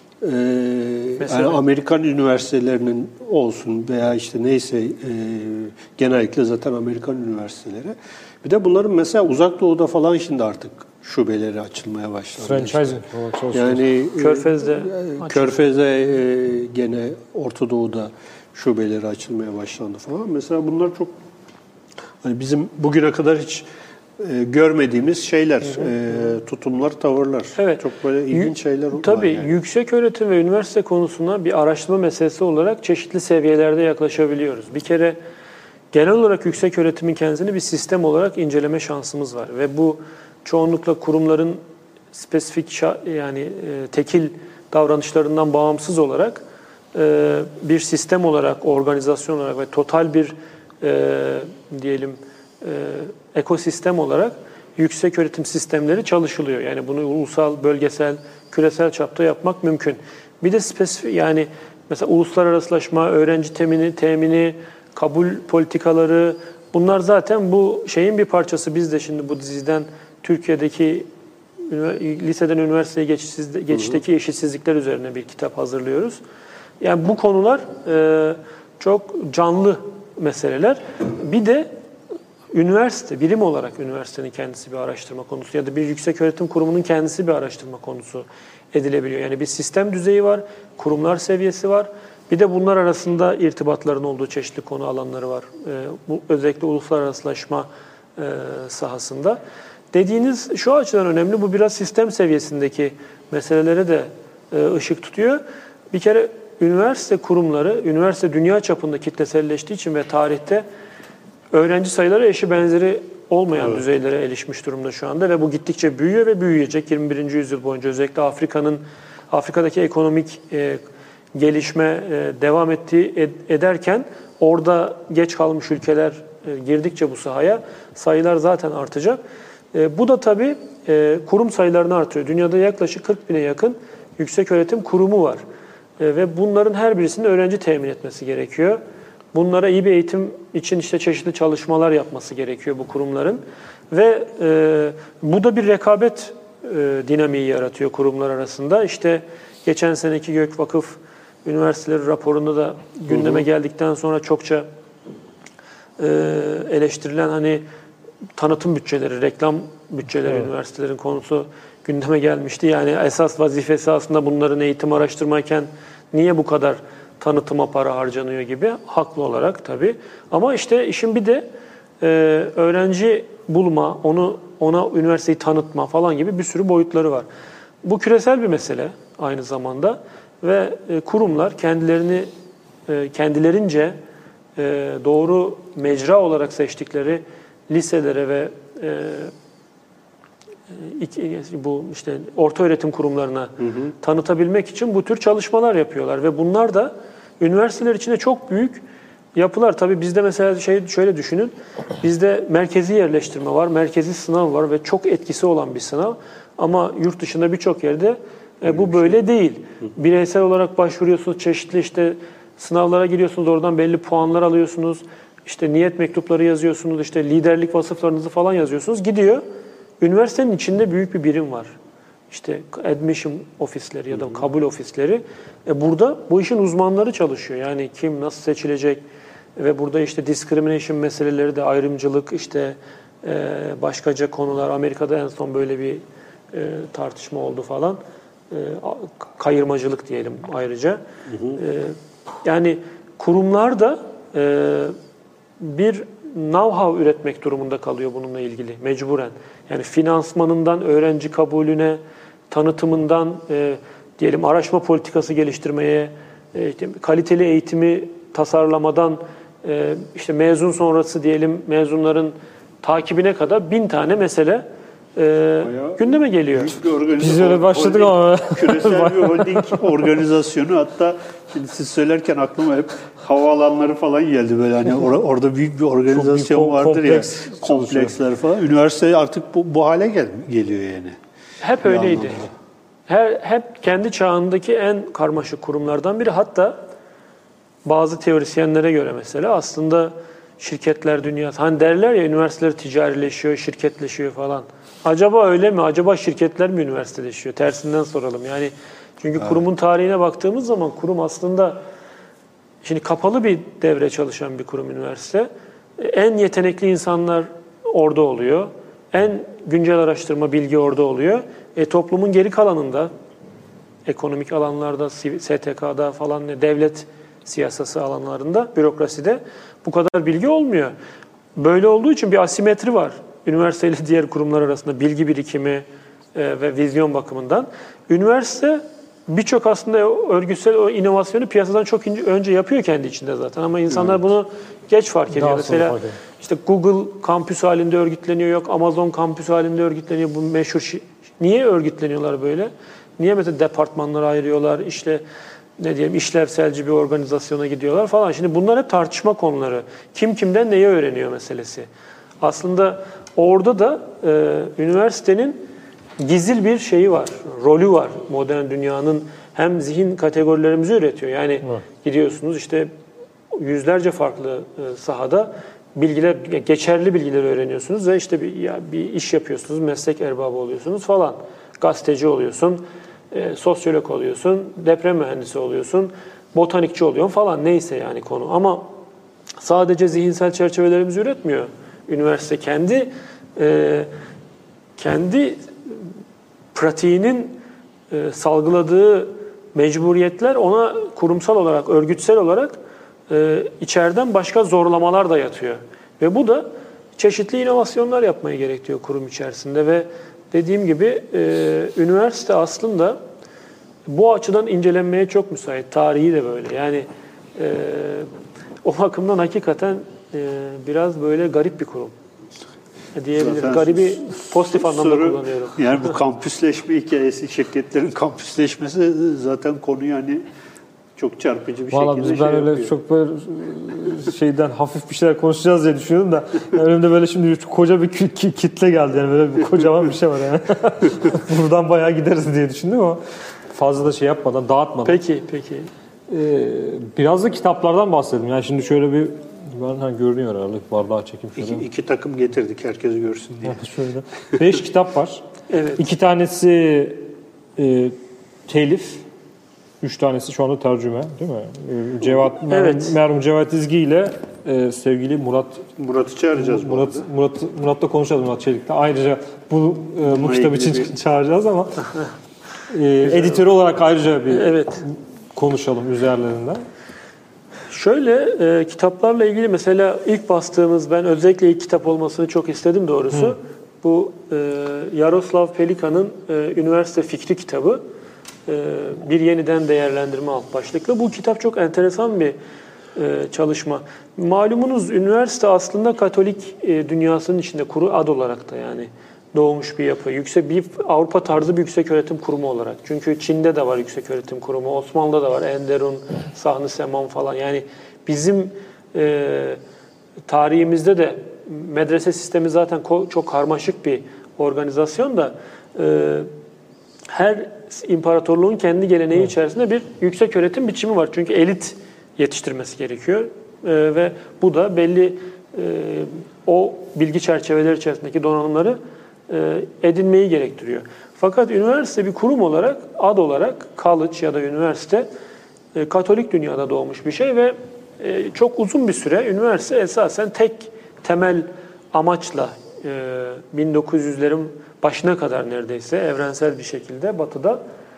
yani Amerikan üniversitelerinin olsun veya işte neyse genellikle zaten Amerikan üniversiteleri. Bir de bunların mesela Uzak Doğu'da falan şimdi artık şubeleri açılmaya başladı. Franchising işte. Yani Körfez'de gene Orta Doğu'da şubeleri açılmaya başlandı falan. Mesela bunlar çok hani bizim bugüne kadar hiç görmediğimiz şeyler, tutumlar, tavırlar. Evet. Çok böyle ilginç şeyler var. Tabii yani. yükseköğretim ve üniversite konusuna bir araştırma meselesi olarak çeşitli seviyelerde yaklaşabiliyoruz. Bir kere genel olarak yükseköğretimin kendisini bir sistem olarak inceleme şansımız var ve bu çoğunlukla kurumların spesifik yani tekil davranışlarından bağımsız olarak bir sistem olarak, organizasyon olarak ve total bir diyelim ekosistem olarak yükseköğretim sistemleri çalışılıyor. Yani bunu ulusal, bölgesel, küresel çapta yapmak mümkün. Bir de spesifik, yani mesela uluslararasılaşma, öğrenci temini, kabul politikaları, bunlar zaten bu şeyin bir parçası. Biz de şimdi bu diziden Türkiye'deki liseden üniversiteye geçişteki eşitsizlikler üzerine bir kitap hazırlıyoruz. Yani bu konular çok canlı meseleler. Bir de üniversite, birim olarak üniversitenin kendisi bir araştırma konusu ya da bir yükseköğretim kurumunun kendisi bir araştırma konusu edilebiliyor. Yani bir sistem düzeyi var, kurumlar seviyesi var. Bir de bunlar arasında irtibatların olduğu çeşitli konu alanları var. Bu özellikle uluslararasılaşma sahasında. Dediğiniz şu açıdan önemli, bu biraz sistem seviyesindeki meselelere de ışık tutuyor. Bir kere üniversite kurumları, üniversite dünya çapında kitleselleştiği için ve tarihte öğrenci sayıları eşi benzeri olmayan düzeylere erişmiş durumda şu anda ve bu gittikçe büyüyor ve büyüyecek 21. yüzyıl boyunca. Özellikle Afrika'daki ekonomik gelişme devam ederken orada geç kalmış ülkeler girdikçe bu sahaya sayılar zaten artacak. Bu da tabii kurum sayılarını artırıyor. Dünyada yaklaşık 40 bine yakın yükseköğretim kurumu var. Ve bunların her birisinin öğrenci temin etmesi gerekiyor. Bunlara iyi bir eğitim için işte çeşitli çalışmalar yapması gerekiyor bu kurumların. Ve bu da bir rekabet dinamiği yaratıyor kurumlar arasında. İşte geçen seneki Gökvakıf Üniversiteleri raporunda da gündeme geldikten sonra çokça eleştirilen hani tanıtım bütçeleri, reklam bütçeleri üniversitelerin konusu gündeme gelmişti. Yani esas vazifesi aslında bunların eğitim araştırmayken niye bu kadar tanıtıma para harcanıyor gibi, haklı olarak tabii. Ama işte işin bir de öğrenci bulma, ona üniversiteyi tanıtma falan gibi bir sürü boyutları var. Bu küresel bir mesele aynı zamanda ve kurumlar kendilerince doğru mecra olarak seçtikleri liselere ve bu işte orta öğretim kurumlarına tanıtabilmek için bu tür çalışmalar yapıyorlar ve bunlar da üniversiteler içinde çok büyük yapılar. Tabii bizde mesela şöyle düşünün. Bizde merkezi yerleştirme var, merkezi sınav var ve çok etkisi olan bir sınav. Ama yurt dışında birçok yerde bu böyle değil. Bireysel olarak başvuruyorsunuz, çeşitli işte sınavlara giriyorsunuz, oradan belli puanlar alıyorsunuz. İşte niyet mektupları yazıyorsunuz, işte liderlik vasıflarınızı falan yazıyorsunuz. Gidiyor. Üniversitenin içinde büyük bir birim var. İşte admission ofisleri ya da kabul ofisleri. Burada bu işin uzmanları çalışıyor. Yani kim nasıl seçilecek ve burada işte discrimination meseleleri de, ayrımcılık, işte başkaca konular. Amerika'da en son böyle bir tartışma oldu falan. Kayırmacılık diyelim ayrıca. Yani kurumlar da bir know-how üretmek durumunda kalıyor bununla ilgili mecburen. Yani finansmanından öğrenci kabulüne, tanıtımından diyelim araştırma politikası geliştirmeye, işte kaliteli eğitimi tasarlamadan işte mezun sonrası diyelim mezunların takibine kadar 1000 tane mesele gündeme geliyor. Biz öyle başladık ama. Küresel bir holding organizasyonu, hatta şimdi siz söylerken aklıma hep havaalanları falan geldi böyle, hani orada büyük bir organizasyon vardır ya, kompleksler falan. Üniversite artık bu hale geliyor yani. Hep öyleydi. Hep kendi çağındaki en karmaşık kurumlardan biri. Hatta bazı teorisyenlere göre mesela aslında şirketler dünyası, hani derler ya üniversiteler ticarileşiyor, şirketleşiyor falan. Acaba öyle mi? Acaba şirketler mi üniversiteleşiyor? Tersinden soralım. Yani çünkü kurumun tarihine baktığımız zaman kurum aslında şimdi kapalı bir devre çalışan bir kurum üniversite. En yetenekli insanlar orada oluyor. En güncel araştırma bilgi orada oluyor. Toplumun geri kalanında, ekonomik alanlarda, STK'da falan, devlet siyasası alanlarında, bürokraside bu kadar bilgi olmuyor. Böyle olduğu için bir asimetri var üniversite ile diğer kurumlar arasında bilgi birikimi ve vizyon bakımından. Üniversite birçok aslında örgütsel o inovasyonu piyasadan çok önce yapıyor kendi içinde zaten, ama insanlar bunu geç fark ediyor. Mesela işte Google kampüs halinde örgütleniyor, yok Amazon kampüs halinde örgütleniyor, bu meşhur niye örgütleniyorlar böyle? Niye mesela departmanlara ayırıyorlar, işte ne diyelim işlevselci bir organizasyona gidiyorlar falan. Şimdi bunlar hep tartışma konuları. Kim kimden neyi öğreniyor meselesi. Aslında orada da üniversitenin gizli bir şeyi var, rolü var. Modern dünyanın hem zihin kategorilerimizi üretiyor. Yani gidiyorsunuz işte yüzlerce farklı sahada bilgiler, geçerli bilgileri öğreniyorsunuz ve işte bir iş yapıyorsunuz, meslek erbabı oluyorsunuz falan. Gazeteci oluyorsun, sosyolog oluyorsun, deprem mühendisi oluyorsun, botanikçi oluyorsun falan, neyse yani konu. Ama sadece zihinsel çerçevelerimizi üretmiyor. Üniversite kendi pratiğinin salgıladığı mecburiyetler ona kurumsal olarak, örgütsel olarak içeriden başka zorlamalar da yatıyor. Ve bu da çeşitli inovasyonlar yapmaya gerekiyor kurum içerisinde ve dediğim gibi üniversite aslında bu açıdan incelenmeye çok müsait. Tarihi de böyle. Yani o bakımdan hakikaten biraz böyle garip bir kurum. diyebiliriz. Zaten Garibi pozitif anlamda soru, kullanıyorum. yani bu kampüsleşme hikayesi, şirketlerin kampüsleşmesi zaten konuyu hani çok çarpıcı bir Valla şekilde ben öyle yapıyor. çok böyle şeyden hafif bir şeyler konuşacağız diye düşünüyordum da yani önümde böyle şimdi koca bir kitle geldi yani böyle bir kocaman bir şey var yani. Buradan bayağı gideriz diye düşündüm ama fazla da şey yapmadan, dağıtmadan. Peki. Biraz da kitaplardan bahsedelim. Yani şimdi şöyle bir görünüyor herhalde bardağı çekim şöyle. İki takım getirdik herkes görsün diye. Şöyle. 5 kitap var. Evet. 2 tanesi telif. 3 tanesi şu anda tercüme, değil mi? Evet. Merhum Cevat İzgi ile sevgili Murat'ı çağıracağız bu arada. Murat'la konuşacağız, Murat Çelik'le. Ayrıca bu kitap için ilgili çağıracağız ama editörü olarak ayrıca bir Evet. konuşalım üzerlerinden. Şöyle kitaplarla ilgili mesela ilk bastığımız, ben özellikle ilk kitap olmasını çok istedim doğrusu. Bu Yaroslav Pelikan'ın Üniversite Fikri kitabı. Bir yeniden değerlendirme alt başlıklı. Bu kitap çok enteresan bir çalışma. Malumunuz üniversite aslında Katolik dünyasının içinde kuru ad olarak da yani doğmuş bir yapı. Bir Avrupa tarzı bir yükseköğretim kurumu olarak. Çünkü Çin'de de var yükseköğretim kurumu, Osmanlı'da da var. Enderun, Sahn-ı Seman falan. Yani bizim tarihimizde de medrese sistemi zaten çok karmaşık bir organizasyon da her imparatorluğun kendi geleneği içerisinde bir yükseköğretim biçimi var. Çünkü elit yetiştirmesi gerekiyor ve bu da belli o bilgi çerçeveleri içerisindeki donanımları edinmeyi gerektiriyor. Fakat üniversite bir kurum olarak, ad olarak college ya da üniversite Katolik dünyada doğmuş bir şey ve çok uzun bir süre üniversite esasen tek temel amaçla 1900'lerin başına kadar neredeyse evrensel bir şekilde Batı'da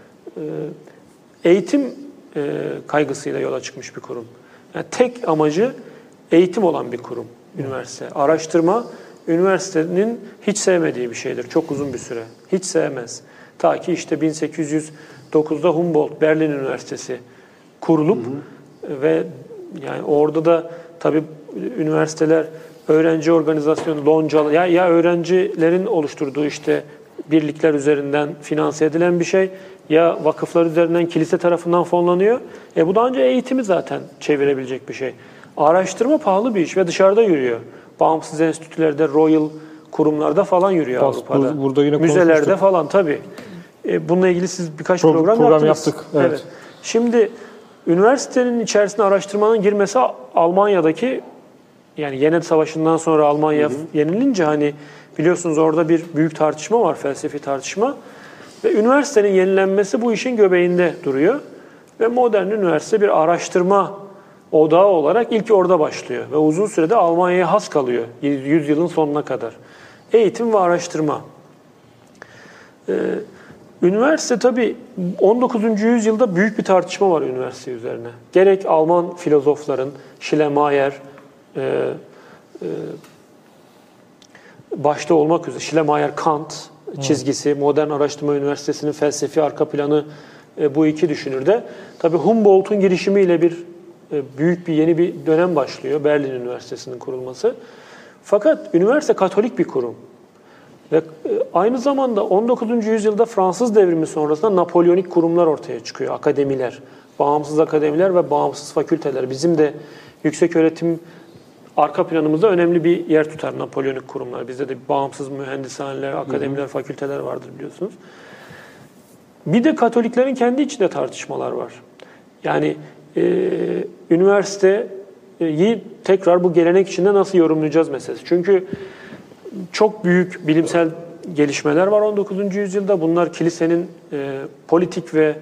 eğitim kaygısıyla yola çıkmış bir kurum. Yani tek amacı eğitim olan bir kurum üniversite. Araştırma üniversitenin hiç sevmediği bir şeydir çok uzun bir süre. Hiç sevmez. Ta ki işte 1809'da Humboldt Berlin Üniversitesi kurulup ve yani orada da tabii üniversiteler öğrenci organizasyonu, loncalı ya öğrencilerin oluşturduğu işte birlikler üzerinden finanse edilen bir şey ya vakıflar üzerinden kilise tarafından fonlanıyor. Bu da ancak eğitimi zaten çevirebilecek bir şey. Araştırma pahalı bir iş ve dışarıda yürüyor. Bağımsız enstitülerde, royal kurumlarda falan yürüyor Avrupa'da. Burada yine müzelerde falan tabii. Bununla ilgili siz birkaç program yaptık. Evet. Şimdi üniversitenin içerisine araştırmanın girmesi Almanya'daki yani Yenet Savaşı'ndan sonra Almanya yenilince hani biliyorsunuz orada bir büyük tartışma var, felsefi tartışma. Ve üniversitenin yenilenmesi bu işin göbeğinde duruyor. Ve modern üniversite bir araştırma odağı olarak ilk orada başlıyor. Ve uzun sürede Almanya'ya has kalıyor. 100 yılın sonuna kadar. Eğitim ve araştırma. Üniversite tabii 19. yüzyılda büyük bir tartışma var üniversite üzerine. Gerek Alman filozofların, Schleiermacher, başta olmak üzere Schleiermacher, Kant çizgisi, Modern Araştırma Üniversitesi'nin felsefi arka planı bu iki düşünürde. Tabii Humboldt'un girişimiyle büyük bir yeni bir dönem başlıyor. Berlin Üniversitesi'nin kurulması. Fakat üniversite Katolik bir kurum. Ve aynı zamanda 19. yüzyılda Fransız devrimi sonrasında Napolyonik kurumlar ortaya çıkıyor. Akademiler, bağımsız akademiler ve bağımsız fakülteler. Bizim de yükseköğretim arka planımızda önemli bir yer tutar Napolyonik kurumlar. Bizde de bağımsız mühendishaneler, akademiler, fakülteler vardır biliyorsunuz. Bir de Katoliklerin kendi içinde tartışmalar var. Yani üniversiteyi tekrar bu gelenek içinde nasıl yorumlayacağız meselesi. Çünkü çok büyük bilimsel gelişmeler var 19. yüzyılda. Bunlar kilisenin politik ve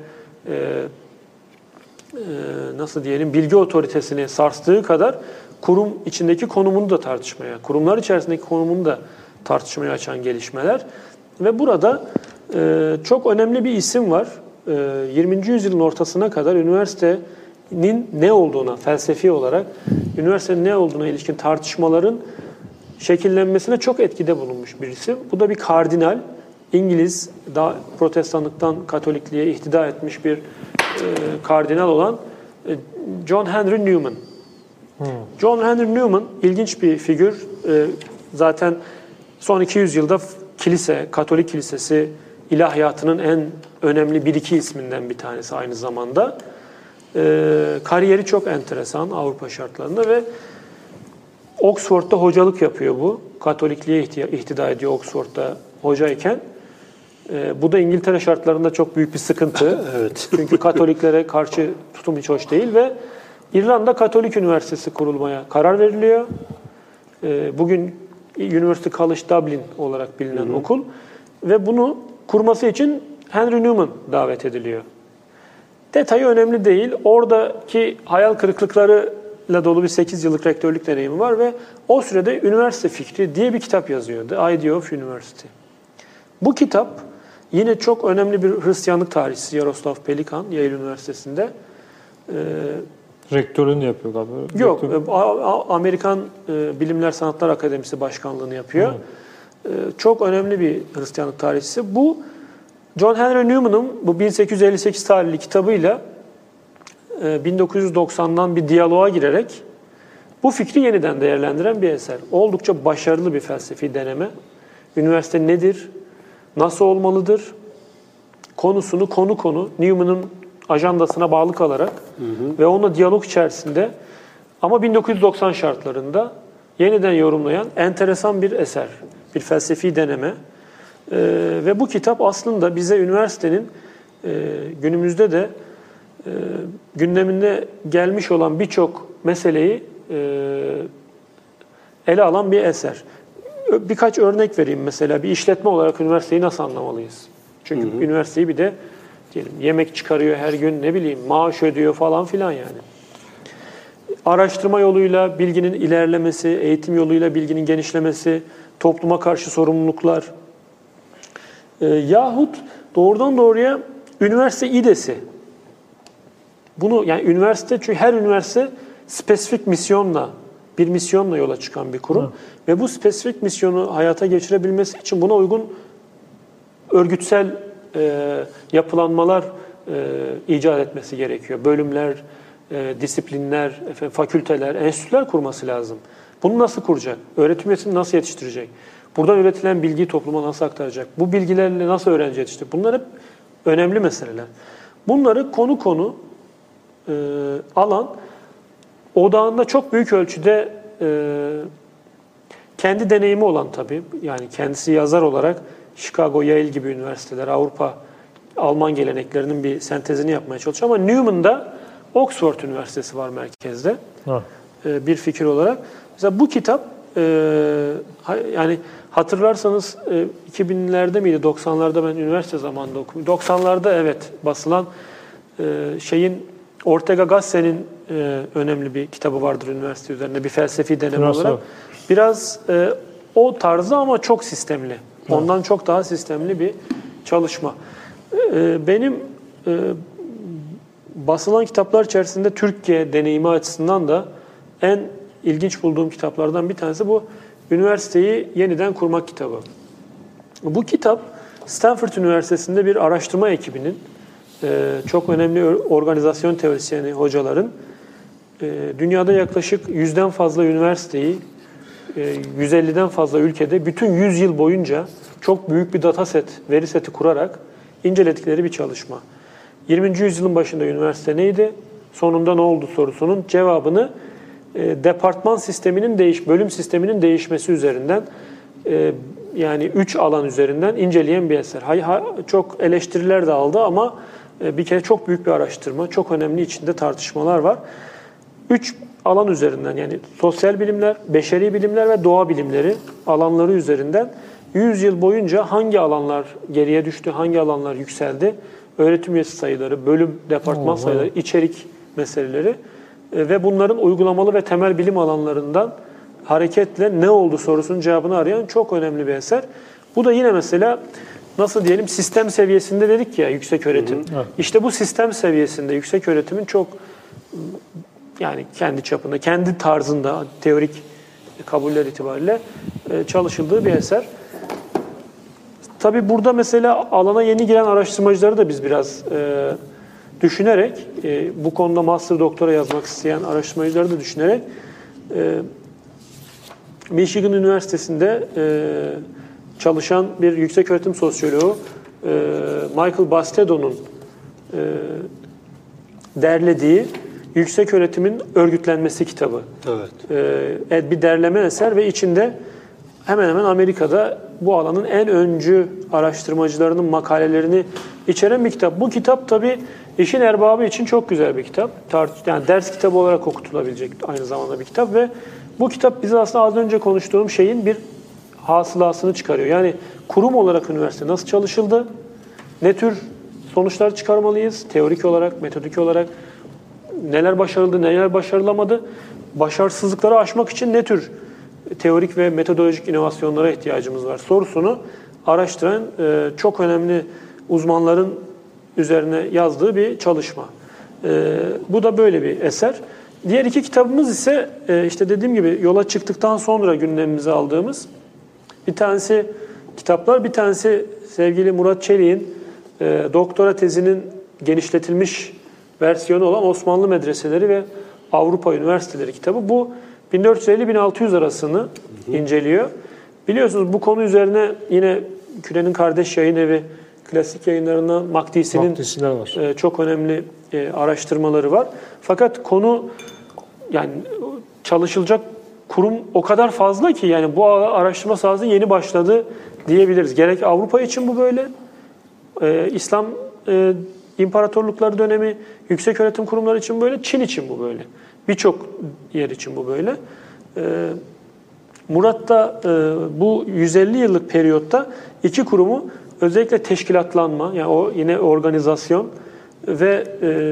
nasıl diyelim bilgi otoritesini sarstığı kadar kurum içindeki konumunu da tartışmaya, kurumlar içerisindeki konumunu da tartışmaya açan gelişmeler. Ve burada çok önemli bir isim var. 20. yüzyılın ortasına kadar üniversitenin ne olduğuna, felsefi olarak üniversitenin ne olduğuna ilişkin tartışmaların şekillenmesine çok etkide bulunmuş bir isim. Bu da bir kardinal, İngiliz, daha protestanlıktan Katolikliğe ihtida etmiş bir kardinal olan John Henry Newman. John Henry Newman ilginç bir figür. Zaten son 200 yılda kilise, Katolik Kilisesi ilahiyatının en önemli 1-2 isminden bir tanesi aynı zamanda. Kariyeri çok enteresan Avrupa şartlarında ve Oxford'da hocalık yapıyor bu. Katolikliğe ihtida ediyor Oxford'da hocayken. Bu da İngiltere şartlarında çok büyük bir sıkıntı. Evet. Çünkü Katoliklere karşı tutum hiç hoş değil ve İrlanda Katolik Üniversitesi kurulmaya karar veriliyor. Bugün University College Dublin olarak bilinen okul ve bunu kurması için Henry Newman davet ediliyor. Detayı önemli değil. Oradaki hayal kırıklıklarıyla dolu bir 8 yıllık rektörlük deneyimi var ve o sürede Üniversite Fikri diye bir kitap yazıyor. The Idea of University. Bu kitap yine çok önemli bir Hristiyanlık tarihçisi Yaroslav Pelikan, Yale Üniversitesi'nde. Rektörlüğünü yapıyor galiba. Yok, Amerikan Bilimler Sanatlar Akademisi Başkanlığını yapıyor. Çok önemli bir Hristiyanlık tarihçisi. Bu John Henry Newman'ın bu 1858 tarihli kitabıyla 1990'dan bir diyaloğa girerek bu fikri yeniden değerlendiren bir eser. Oldukça başarılı bir felsefi deneme. Üniversite nedir? Nasıl olmalıdır? Konusunu konu Newman'ın ajandasına bağlı kalarak ve onunla diyalog içerisinde ama 1990 şartlarında yeniden yorumlayan enteresan bir eser. Bir felsefi deneme. Ve bu kitap aslında bize üniversitenin günümüzde de gündeminde gelmiş olan birçok meseleyi ele alan bir eser. Birkaç örnek vereyim mesela. Bir işletme olarak üniversiteyi nasıl anlamalıyız? Çünkü üniversiteyi bir de diyelim yemek çıkarıyor her gün, ne bileyim maaş ödüyor falan filan yani. Araştırma yoluyla bilginin ilerlemesi, eğitim yoluyla bilginin genişlemesi, topluma karşı sorumluluklar yahut doğrudan doğruya üniversite idesi. Bunu yani üniversite, çünkü her üniversite spesifik misyonla, bir misyonla yola çıkan bir kurum. Ve bu spesifik misyonu hayata geçirebilmesi için buna uygun örgütsel yapılanmalar icat etmesi gerekiyor. Bölümler, disiplinler, fakülteler, enstitüler kurması lazım. Bunu nasıl kuracak? Öğretim üyesini nasıl yetiştirecek? Buradan üretilen bilgiyi topluma nasıl aktaracak? Bu bilgilerle nasıl öğrenci yetiştirecek? Bunlar hep önemli meseleler. Bunları konu alan, odağında çok büyük ölçüde kendi deneyimi olan tabii, yani kendisi yazar olarak Chicago, Yale gibi üniversiteler, Avrupa, Alman geleneklerinin bir sentezini yapmaya çalışıyor. Ama Newman'da Oxford Üniversitesi var merkezde bir fikir olarak. Mesela bu kitap yani hatırlarsanız 2000'lerde miydi, 90'larda ben üniversite zamanında okudum. 90'larda evet basılan Ortega Gasset'in önemli bir kitabı vardır üniversite üzerinde bir felsefi deneme olarak. Biraz o tarzı ama çok sistemli. Ondan çok daha sistemli bir çalışma. Benim basılan kitaplar içerisinde Türkiye deneyimi açısından da en ilginç bulduğum kitaplardan bir tanesi bu Üniversiteyi Yeniden Kurmak kitabı. Bu kitap Stanford Üniversitesi'nde bir araştırma ekibinin çok önemli organizasyon teorisyeni hocaların dünyada yaklaşık 100'den fazla üniversiteyi 150'den fazla ülkede bütün 100 yıl boyunca çok büyük bir dataset, veri seti kurarak inceledikleri bir çalışma. 20. yüzyılın başında üniversite neydi? Sonunda ne oldu sorusunun cevabını departman sisteminin bölüm sisteminin değişmesi üzerinden yani 3 alan üzerinden inceleyen bir eser. Çok eleştiriler de aldı ama bir kere çok büyük bir araştırma, çok önemli içinde tartışmalar var. 3 alan üzerinden yani sosyal bilimler, beşeri bilimler ve doğa bilimleri alanları üzerinden 100 yıl boyunca hangi alanlar geriye düştü, hangi alanlar yükseldi, öğretim üyesi sayıları, bölüm, departman sayıları, içerik meseleleri ve bunların uygulamalı ve temel bilim alanlarından hareketle ne oldu sorusunun cevabını arayan çok önemli bir eser. Bu da yine mesela nasıl diyelim sistem seviyesinde dedik ya yüksek öğretim. Evet. İşte bu sistem seviyesinde yüksek öğretimin çok yani kendi çapında, kendi tarzında teorik kabuller itibariyle çalışıldığı bir eser. Tabii burada mesela alana yeni giren araştırmacıları da biz biraz düşünerek, bu konuda master doktora yazmak isteyen araştırmacıları da düşünerek Michigan Üniversitesi'nde çalışan bir yükseköğretim sosyoloğu Michael Bastedo'nun derlediği Yükseköğretimin Örgütlenmesi kitabı. Evet. Bir derleme eser ve içinde hemen hemen Amerika'da bu alanın en öncü araştırmacılarının makalelerini içeren bir kitap. Bu kitap tabii işin erbabı için çok güzel bir kitap. Yani ders kitabı olarak okutulabilecek aynı zamanda bir kitap ve bu kitap bize aslında az önce konuştuğum şeyin bir hasılasını çıkarıyor. Yani kurum olarak üniversite nasıl çalışıldı? Ne tür sonuçlar çıkarmalıyız? Teorik olarak, metodik olarak neler başarıldı, neler başarılamadı? Başarısızlıkları aşmak için ne tür teorik ve metodolojik inovasyonlara ihtiyacımız var sorusunu araştıran çok önemli uzmanların üzerine yazdığı bir çalışma. Bu da böyle bir eser. Diğer iki kitabımız ise işte dediğim gibi yola çıktıktan sonra gündemimize aldığımız bir tanesi kitaplar, bir tanesi sevgili Murat Çelik'in doktora tezinin genişletilmiş versiyonu olan Osmanlı Medreseleri ve Avrupa Üniversiteleri kitabı. Bu 1450-1600 arasını inceliyor. Biliyorsunuz bu konu üzerine yine Küre'nin kardeş yayın evi klasik yayınlarından Makdisi'nin çok önemli araştırmaları var. Fakat konu yani çalışılacak kurum o kadar fazla ki yani bu araştırma sahası yeni başladı diyebiliriz. Gerek Avrupa için bu böyle, İslam imparatorlukları dönemi yükseköğretim kurumları için böyle, Çin için bu böyle. Birçok yer için bu böyle. Murat da bu 150 yıllık periyotta iki kurumu özellikle teşkilatlanma, yani o yine organizasyon ve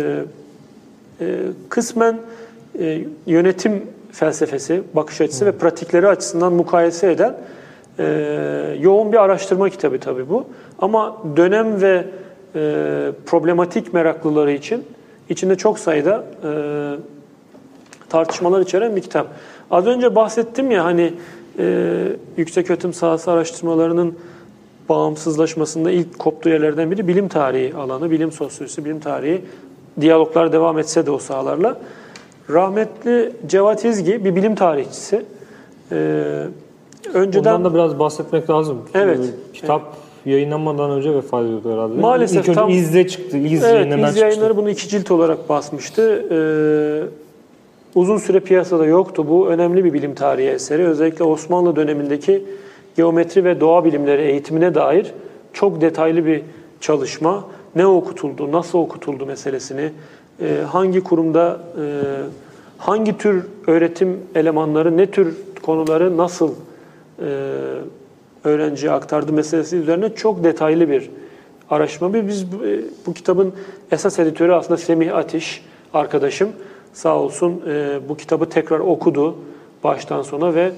kısmen yönetim felsefesi, bakış açısı ve pratikleri açısından mukayese eden yoğun bir araştırma kitabı tabii bu. Ama dönem ve problematik meraklıları için içinde çok sayıda tartışmalar içeren bir kitap. Az önce bahsettim ya hani yükseköğretim sahası araştırmalarının bağımsızlaşmasında ilk koptuğu yerlerden biri bilim tarihi alanı, bilim sosyolojisi, bilim tarihi. Diyaloglar devam etse de o sahalarla. Rahmetli Cevat İzgi bir bilim tarihçisi. Önceden ondan da biraz bahsetmek lazım. Evet. Kitap yayınlanmadan önce vefat ediyordu herhalde. Maalesef İlk önce tam İz'de çıktı. İz evet, yayınlarından İz yayınları bunu 2 cilt olarak basmıştı. Uzun süre piyasada yoktu. Bu önemli bir bilim tarihi eseri. Özellikle Osmanlı dönemindeki geometri ve doğa bilimleri eğitimine dair çok detaylı bir çalışma. Ne okutuldu, nasıl okutuldu meselesini, hangi kurumda, hangi tür öğretim elemanları, ne tür konuları nasıl öğrenciye aktardı meselesi üzerine çok detaylı bir araştırma. Biz bu kitabın esas editörü aslında Semih Atiş arkadaşım. Sağ olsun bu kitabı tekrar okudu baştan sona ve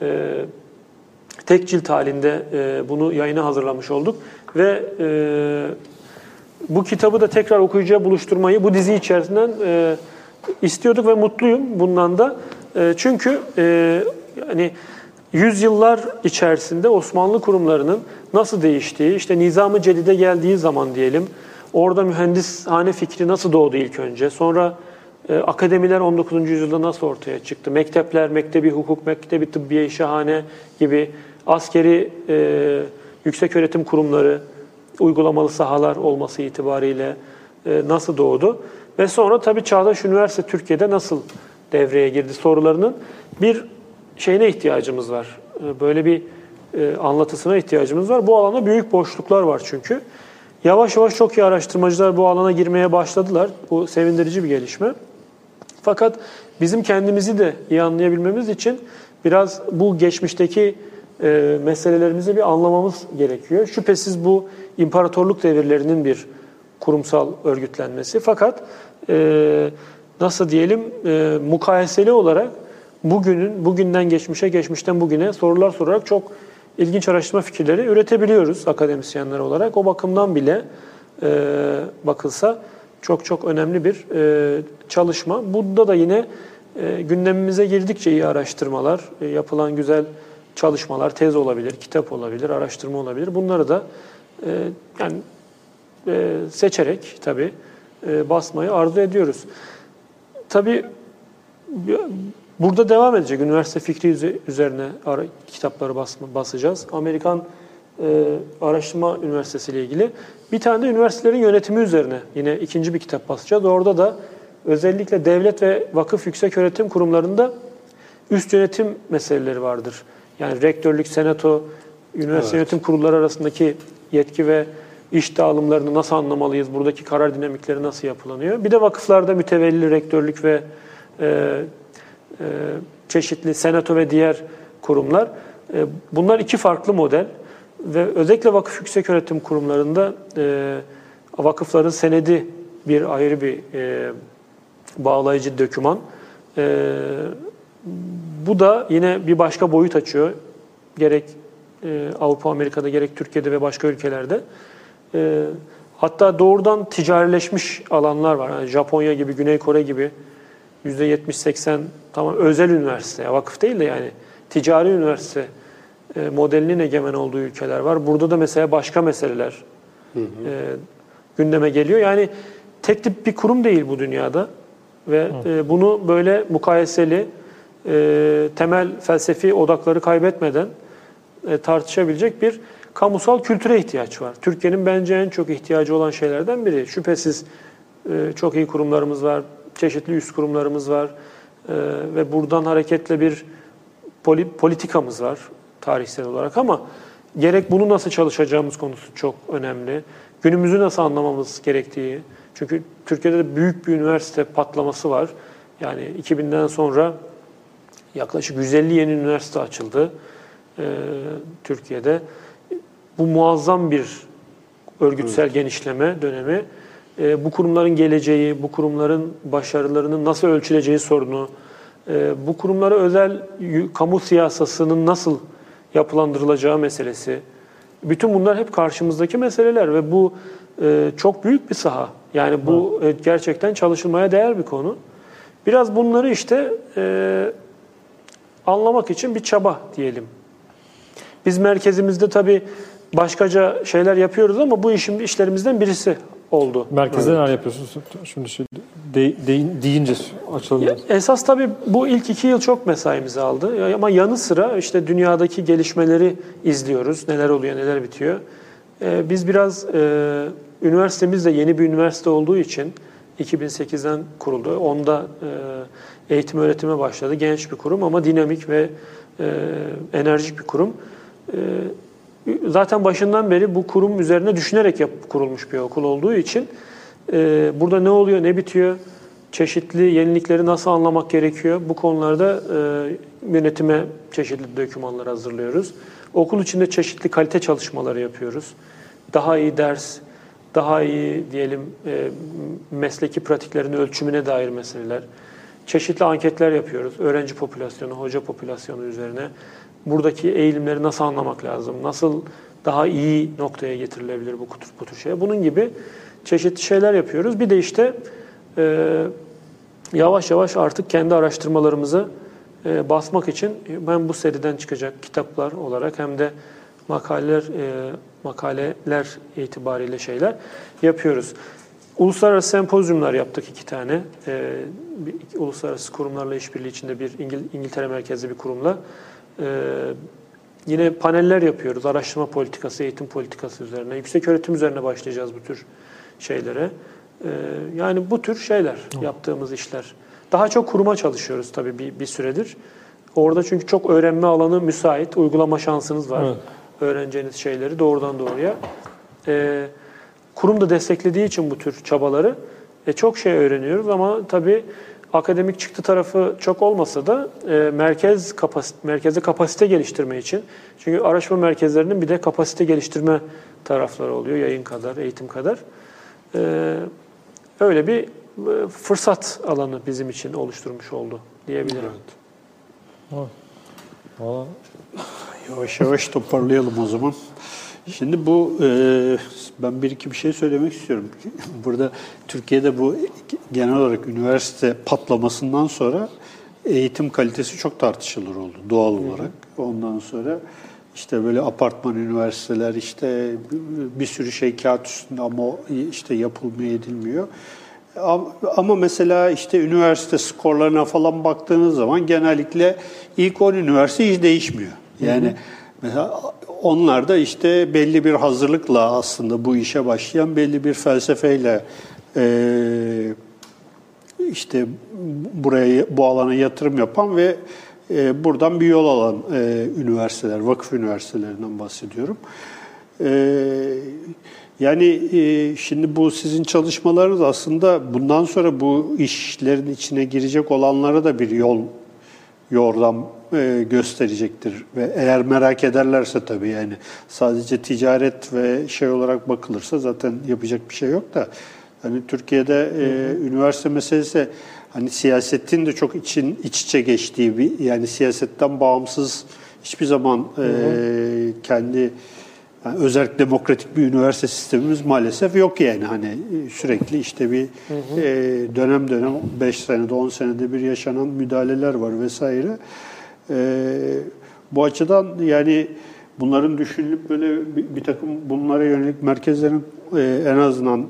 tek cilt halinde bunu yayına hazırlamış olduk. Ve bu kitabı da tekrar okuyucuya buluşturmayı bu dizi içerisinden istiyorduk ve mutluyum bundan da. Çünkü hani yüzyıllar içerisinde Osmanlı kurumlarının nasıl değiştiği, işte Nizam-ı Cedid'e geldiği zaman diyelim, orada mühendishane fikri nasıl doğdu ilk önce, sonra akademiler 19. yüzyılda nasıl ortaya çıktı, mektepler, mektebi hukuk, mektebi tıbbiye şahane gibi askeri yükseköğretim kurumları, uygulamalı sahalar olması itibariyle nasıl doğdu ve sonra tabii Çağdaş Üniversite Türkiye'de nasıl devreye girdi sorularının bir şeyine ihtiyacımız var. Böyle bir anlatısına ihtiyacımız var. Bu alanda büyük boşluklar var çünkü. Yavaş yavaş çok iyi araştırmacılar bu alana girmeye başladılar. Bu sevindirici bir gelişme. Fakat bizim kendimizi de iyi anlayabilmemiz için biraz bu geçmişteki meselelerimizi bir anlamamız gerekiyor. Şüphesiz bu imparatorluk devirlerinin bir kurumsal örgütlenmesi. Fakat nasıl diyelim mukayeseli olarak bugünden geçmişe, geçmişten bugüne sorular sorarak çok ilginç araştırma fikirleri üretebiliyoruz akademisyenler olarak. O bakımdan bile bakılsa çok çok önemli bir çalışma. Bunda da yine gündemimize girdikçe iyi araştırmalar, yapılan güzel çalışmalar, tez olabilir, kitap olabilir, araştırma olabilir. Bunları da yani seçerek tabii basmayı arzu ediyoruz. Tabii Burada devam edecek. Üniversite fikri üzerine kitapları basacağız. Amerikan Araştırma Üniversitesi ile ilgili. Bir tane de üniversitelerin yönetimi üzerine yine ikinci bir kitap basacağız. Orada da özellikle devlet ve vakıf yükseköğretim kurumlarında üst yönetim meseleleri vardır. Yani rektörlük, senato, üniversite yönetim kurulları arasındaki yetki ve iş dağılımlarını nasıl anlamalıyız? Buradaki karar dinamikleri nasıl yapılanıyor? Bir de vakıflarda mütevelli rektörlük ve çeşitli senato ve diğer kurumlar. Bunlar iki farklı model ve özellikle vakıf yükseköğretim kurumlarında vakıfların senedi bir ayrı bir bağlayıcı doküman. Bu da yine bir başka boyut açıyor. Gerek Avrupa, Amerika'da gerek Türkiye'de ve başka ülkelerde. Hatta doğrudan ticarileşmiş alanlar var. Yani Japonya gibi, Güney Kore gibi %70-80 tamam özel üniversite, vakıf değil de yani ticari üniversite modelinin egemen olduğu ülkeler var. Burada da mesela başka meseleler gündeme geliyor. Yani tek tip bir kurum değil bu dünyada ve bunu böyle mukayeseli, temel felsefi odakları kaybetmeden tartışabilecek bir kamusal kültüre ihtiyaç var. Türkiye'nin bence en çok ihtiyacı olan şeylerden biri. Şüphesiz çok iyi kurumlarımız var, çeşitli üst kurumlarımız var ve buradan hareketle bir politikamız var tarihsel olarak ama gerek bunu nasıl çalışacağımız konusu çok önemli. Günümüzü nasıl anlamamız gerektiği. Çünkü Türkiye'de de büyük bir üniversite patlaması var. Yani 2000'den sonra yaklaşık 150 yeni üniversite açıldı Türkiye'de. Bu muazzam bir örgütsel genişleme dönemi. Bu kurumların geleceği, bu kurumların başarılarının nasıl ölçüleceği sorunu, bu kurumlara özel kamu siyasasının nasıl yapılandırılacağı meselesi. Bütün bunlar hep karşımızdaki meseleler ve bu çok büyük bir saha. Yani bu gerçekten çalışılmaya değer bir konu. Biraz bunları işte anlamak için bir çaba diyelim. Biz merkezimizde tabii başkaca şeyler yapıyoruz ama bu işlerimizden birisi oldu. Merkezde neler yapıyorsunuz? Şimdi deyince açalım. Esas tabii bu ilk 2 yıl çok mesaimizi aldı. Ama yanı sıra işte dünyadaki gelişmeleri izliyoruz. Neler oluyor, neler bitiyor. Biz biraz üniversitemiz de yeni bir üniversite olduğu için 2008'den kuruldu. Onda eğitim öğretime başladı. Genç bir kurum ama dinamik ve enerjik bir kurum. Zaten başından beri bu kurum üzerine düşünerek kurulmuş bir okul olduğu için burada ne oluyor, ne bitiyor, çeşitli yenilikleri nasıl anlamak gerekiyor, bu konularda yönetime çeşitli dokümanlar hazırlıyoruz. Okul içinde çeşitli kalite çalışmaları yapıyoruz. Daha iyi ders, daha iyi diyelim mesleki pratiklerin ölçümüne dair meseleler. Çeşitli anketler yapıyoruz. Öğrenci popülasyonu, hoca popülasyonu üzerine. Buradaki eğilimleri nasıl anlamak lazım? Nasıl daha iyi noktaya getirilebilir bu tür şeye? Bunun gibi çeşitli şeyler yapıyoruz. Bir de işte yavaş yavaş artık kendi araştırmalarımızı basmak için hem bu seriden çıkacak kitaplar olarak hem de makaleler itibariyle şeyler yapıyoruz. Uluslararası sempozyumlar yaptık 2 tane. Uluslararası kurumlarla işbirliği içinde bir İngiltere merkezli bir kurumla. Yine paneller yapıyoruz. Araştırma politikası, eğitim politikası üzerine. Yükseköğretim üzerine başlayacağız bu tür şeylere. Yani bu tür şeyler yaptığımız işler. Daha çok kuruma çalışıyoruz tabii bir süredir. Orada çünkü çok öğrenme alanı müsait. Uygulama şansınız var. Evet. Öğreneceğiniz şeyleri doğrudan doğruya. Kurum da desteklediği için bu tür çabaları çok şey öğreniyoruz ama tabii akademik çıktı tarafı çok olmasa da merkezde kapasite geliştirme için. Çünkü araştırma merkezlerinin bir de kapasite geliştirme tarafları oluyor. Yayın kadar, eğitim kadar. Öyle bir fırsat alanı bizim için oluşturmuş oldu diyebilirim. Evet. Yavaş yavaş toparlayalım o zaman. Şimdi ben bir şey söylemek istiyorum. Burada Türkiye'de bu genel olarak üniversite patlamasından sonra eğitim kalitesi çok tartışılır oldu doğal olarak. Ondan sonra işte böyle apartman üniversiteler işte bir sürü şey kağıt üstünde ama işte yapılmıyor edilmiyor. Ama mesela işte üniversite skorlarına falan baktığınız zaman genellikle ilk 10 üniversite hiç değişmiyor. Yani mesela onlar da işte belli bir hazırlıkla aslında bu işe başlayan, belli bir felsefeyle işte bu alana yatırım yapan ve buradan bir yol alan üniversiteler, vakıf üniversitelerinden bahsediyorum. Yani şimdi bu sizin çalışmalarınız aslında bundan sonra bu işlerin içine girecek olanlara da bir yordam gösterecektir. Ve eğer merak ederlerse tabii, yani sadece ticaret ve şey olarak bakılırsa zaten yapacak bir şey yok da. Hani Türkiye'de üniversite meselesi hani siyasetin de çok iç içe geçtiği bir, yani siyasetten bağımsız hiçbir zaman kendi yani özerk demokratik bir üniversite sistemimiz maalesef yok yani. Hani sürekli işte bir dönem 5 senede 10 senede bir yaşanan müdahaleler var vesaire. Bu açıdan yani bunların düşünülüp böyle bir takım bunlara yönelik merkezlerin en azından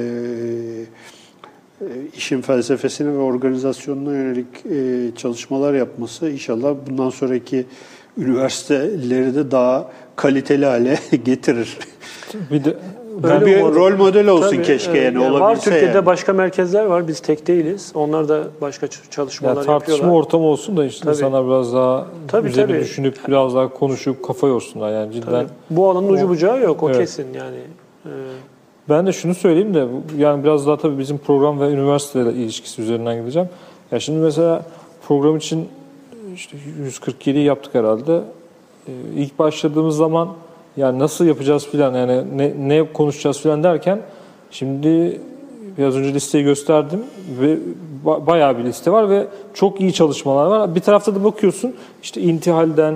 işin felsefesine ve organizasyonuna yönelik çalışmalar yapması inşallah bundan sonraki üniversiteleri de daha kaliteli hale getirir. Bir de Ben bir rol model olsun Tabii, keşke yani var olabilse Türkiye'de yani. başka merkezler var. Biz tek değiliz. Onlar da başka çalışmalar yani tartışma yapıyorlar. ortamı olsun da işte Tabii. insanlar biraz daha üzerine tabii. düşünüp biraz daha konuşup kafa yorsunlar yani cidden. Tabii. Bu alanın ucu bucağı yok. O Evet. kesin yani. Ben de şunu söyleyeyim de yani biraz daha tabii bizim program ve üniversiteyle ilişkisi üzerinden gideceğim. Ya şimdi mesela program için işte 147 yaptık herhalde. İlk başladığımız zaman yani nasıl yapacağız filan yani ne konuşacağız filan derken şimdi biraz önce listeyi gösterdim ve bayağı bir liste var ve çok iyi çalışmalar var. Bir tarafta da bakıyorsun işte intihalden,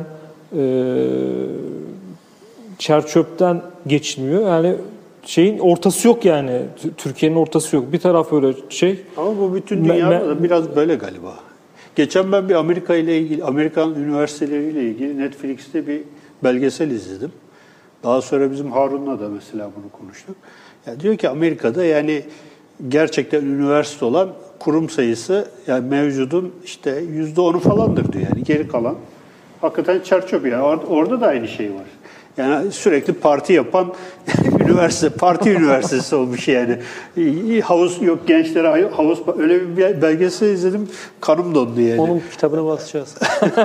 çerçöpten geçilmiyor. Yani şeyin ortası yok yani. Türkiye'nin ortası yok. Bir taraf öyle şey. Ama bu bütün dünyada da biraz böyle galiba. Geçen ben bir Amerikan üniversiteleriyle ilgili Netflix'te bir belgesel izledim. Daha sonra bizim Harun'la da mesela bunu konuştuk. Ya diyor ki Amerika'da yani gerçekten üniversite olan kurum sayısı yani mevcudun işte %10'u falandır diyor yani. Geri kalan hakikaten çerçöp yani. Orada da aynı şey var. Yani sürekli parti yapan parti üniversitesi olmuş yani. Havuz yok, gençlere havuz, öyle bir belgesel izledim, kanım dondu yani. Onun kitabını basacağız.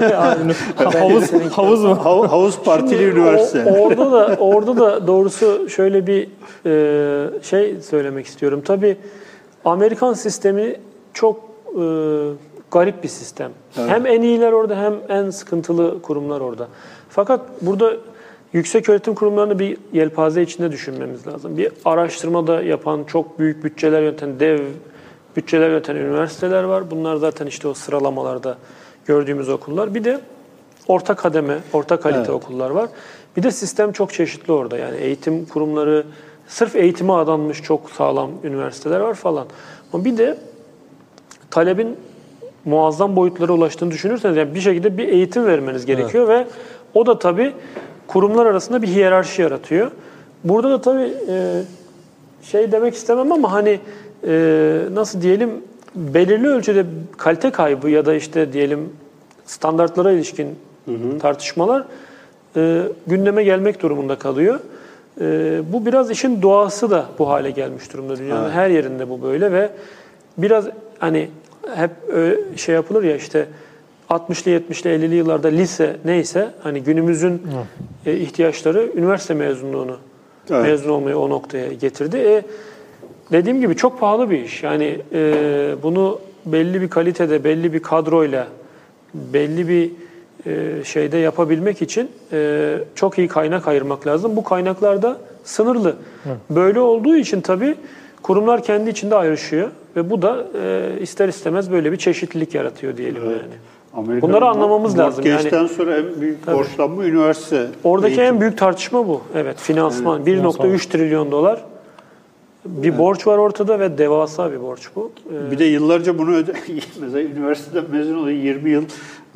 Havuz mu? Havuz partili üniversite. Orada da doğrusu şöyle bir şey söylemek istiyorum. Tabii Amerikan sistemi çok garip bir sistem. Evet. Hem en iyiler orada hem en sıkıntılı kurumlar orada. Fakat burada yüksek öğretim kurumlarını bir yelpaze içinde düşünmemiz lazım. Bir araştırmada yapan, çok büyük bütçeler yöneten, dev bütçeler yöneten üniversiteler var. Bunlar zaten işte o sıralamalarda gördüğümüz okullar. Bir de orta kademe, orta kalite okullar var. Bir de sistem çok çeşitli orada. Yani eğitim kurumları, sırf eğitime adanmış çok sağlam üniversiteler var falan. Ama bir de talebin muazzam boyutlara ulaştığını düşünürseniz yani bir şekilde bir eğitim vermeniz gerekiyor ve o da tabii kurumlar arasında bir hiyerarşi yaratıyor. Burada da tabii şey demek istemem ama hani nasıl diyelim belirli ölçüde kalite kaybı ya da işte diyelim standartlara ilişkin tartışmalar gündeme gelmek durumunda kalıyor. Bu biraz işin doğası da bu hale gelmiş durumda. Dünyanın her yerinde bu böyle ve biraz hani hep şey yapılır ya işte 60'lı 70'li 50'li yıllarda lise neyse hani günümüzün ihtiyaçları üniversite mezunluğunu mezun olmayı o noktaya getirdi. Dediğim gibi çok pahalı bir iş. Yani bunu belli bir kalitede, belli bir kadroyla, belli bir şeyde yapabilmek için çok iyi kaynak ayırmak lazım. Bu kaynaklar da sınırlı. Böyle olduğu için tabii kurumlar kendi içinde ayrışıyor ve bu da ister istemez böyle bir çeşitlilik yaratıyor diyelim yani. Bunları anlamamız lazım. Yani sonra en büyük borçlanma üniversite. Oradaki en büyük tartışma bu. Evet, finansman. 1.3 trilyon dolar bir borç var ortada ve devasa bir borç bu. Bir de yıllarca bunu mesela üniversiteden mezun oluyor 20 yıl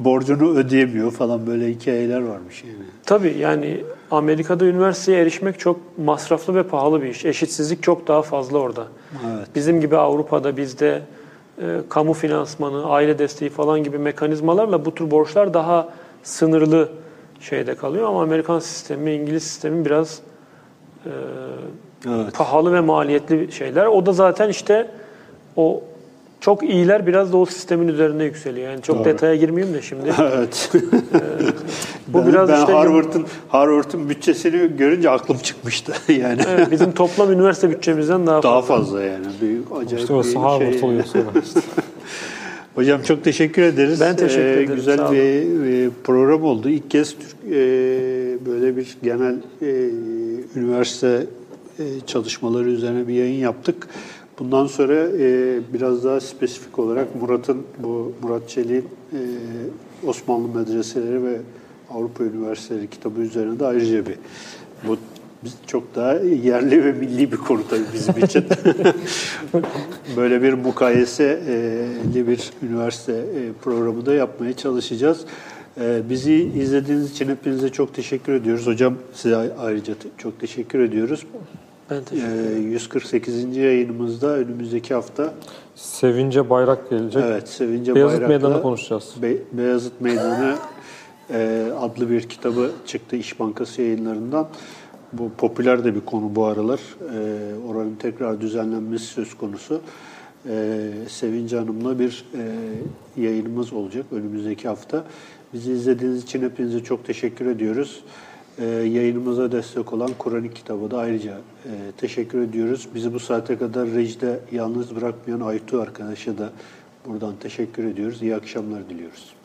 borcunu ödeyemiyor falan, böyle hikayeler varmış yani. Tabii yani Amerika'da üniversiteye erişmek çok masraflı ve pahalı bir iş. Eşitsizlik çok daha fazla orada. Evet. Bizim gibi Avrupa'da bizde kamu finansmanı, aile desteği falan gibi mekanizmalarla bu tür borçlar daha sınırlı şeyde kalıyor. Ama Amerikan sistemi, İngiliz sistemi biraz Evet. pahalı ve maliyetli şeyler. O da zaten işte o çok iyiler biraz da o sistemin üzerine yükseliyor. Yani çok Doğru. detaya girmeyeyim de şimdi. Evet. Bu biraz ben işte Harvard'ın bütçesini görünce aklım çıkmıştı yani. evet, bizim toplam üniversite bütçemizden daha Daha fazla. fazla yani. Büyük, acayip İşte orası bir Harvard şey. oluyor sonra. Hocam çok teşekkür ederiz. Ben teşekkür ederim, sağ Güzel olun. bir program oldu. İlk kez böyle bir genel üniversite çalışmaları üzerine bir yayın yaptık. Bundan sonra biraz daha spesifik olarak Murat Çelik'in Osmanlı Medreseleri ve Avrupa Üniversiteleri kitabı üzerine de ayrıca bu çok daha yerli ve milli bir konu tabii bizim için. Böyle bir mukayeseli bir üniversite programı da yapmaya çalışacağız. Bizi izlediğiniz için hepinize çok teşekkür ediyoruz. Hocam size ayrıca çok teşekkür ediyoruz. Ben teşekkür ederim. 148. yayınımızda önümüzdeki hafta Sevince Bayrak gelecek. evet, Sevince Beyazıt Bayrak'la Meydanı'nı konuşacağız. Beyazıt Meydanı adlı bir kitabı çıktı İş Bankası yayınlarından. Bu popüler de bir konu bu aralar. Oranın tekrar düzenlenmesi söz konusu. Sevinci Hanım'la bir yayınımız olacak önümüzdeki hafta. Bizi izlediğiniz için hepinize çok teşekkür ediyoruz. Yayınımıza destek olan Kur'an-ı Kitab'a da ayrıca teşekkür ediyoruz. Bizi bu saate kadar rejide yalnız bırakmayan Aytu arkadaşa da buradan teşekkür ediyoruz. İyi akşamlar diliyoruz.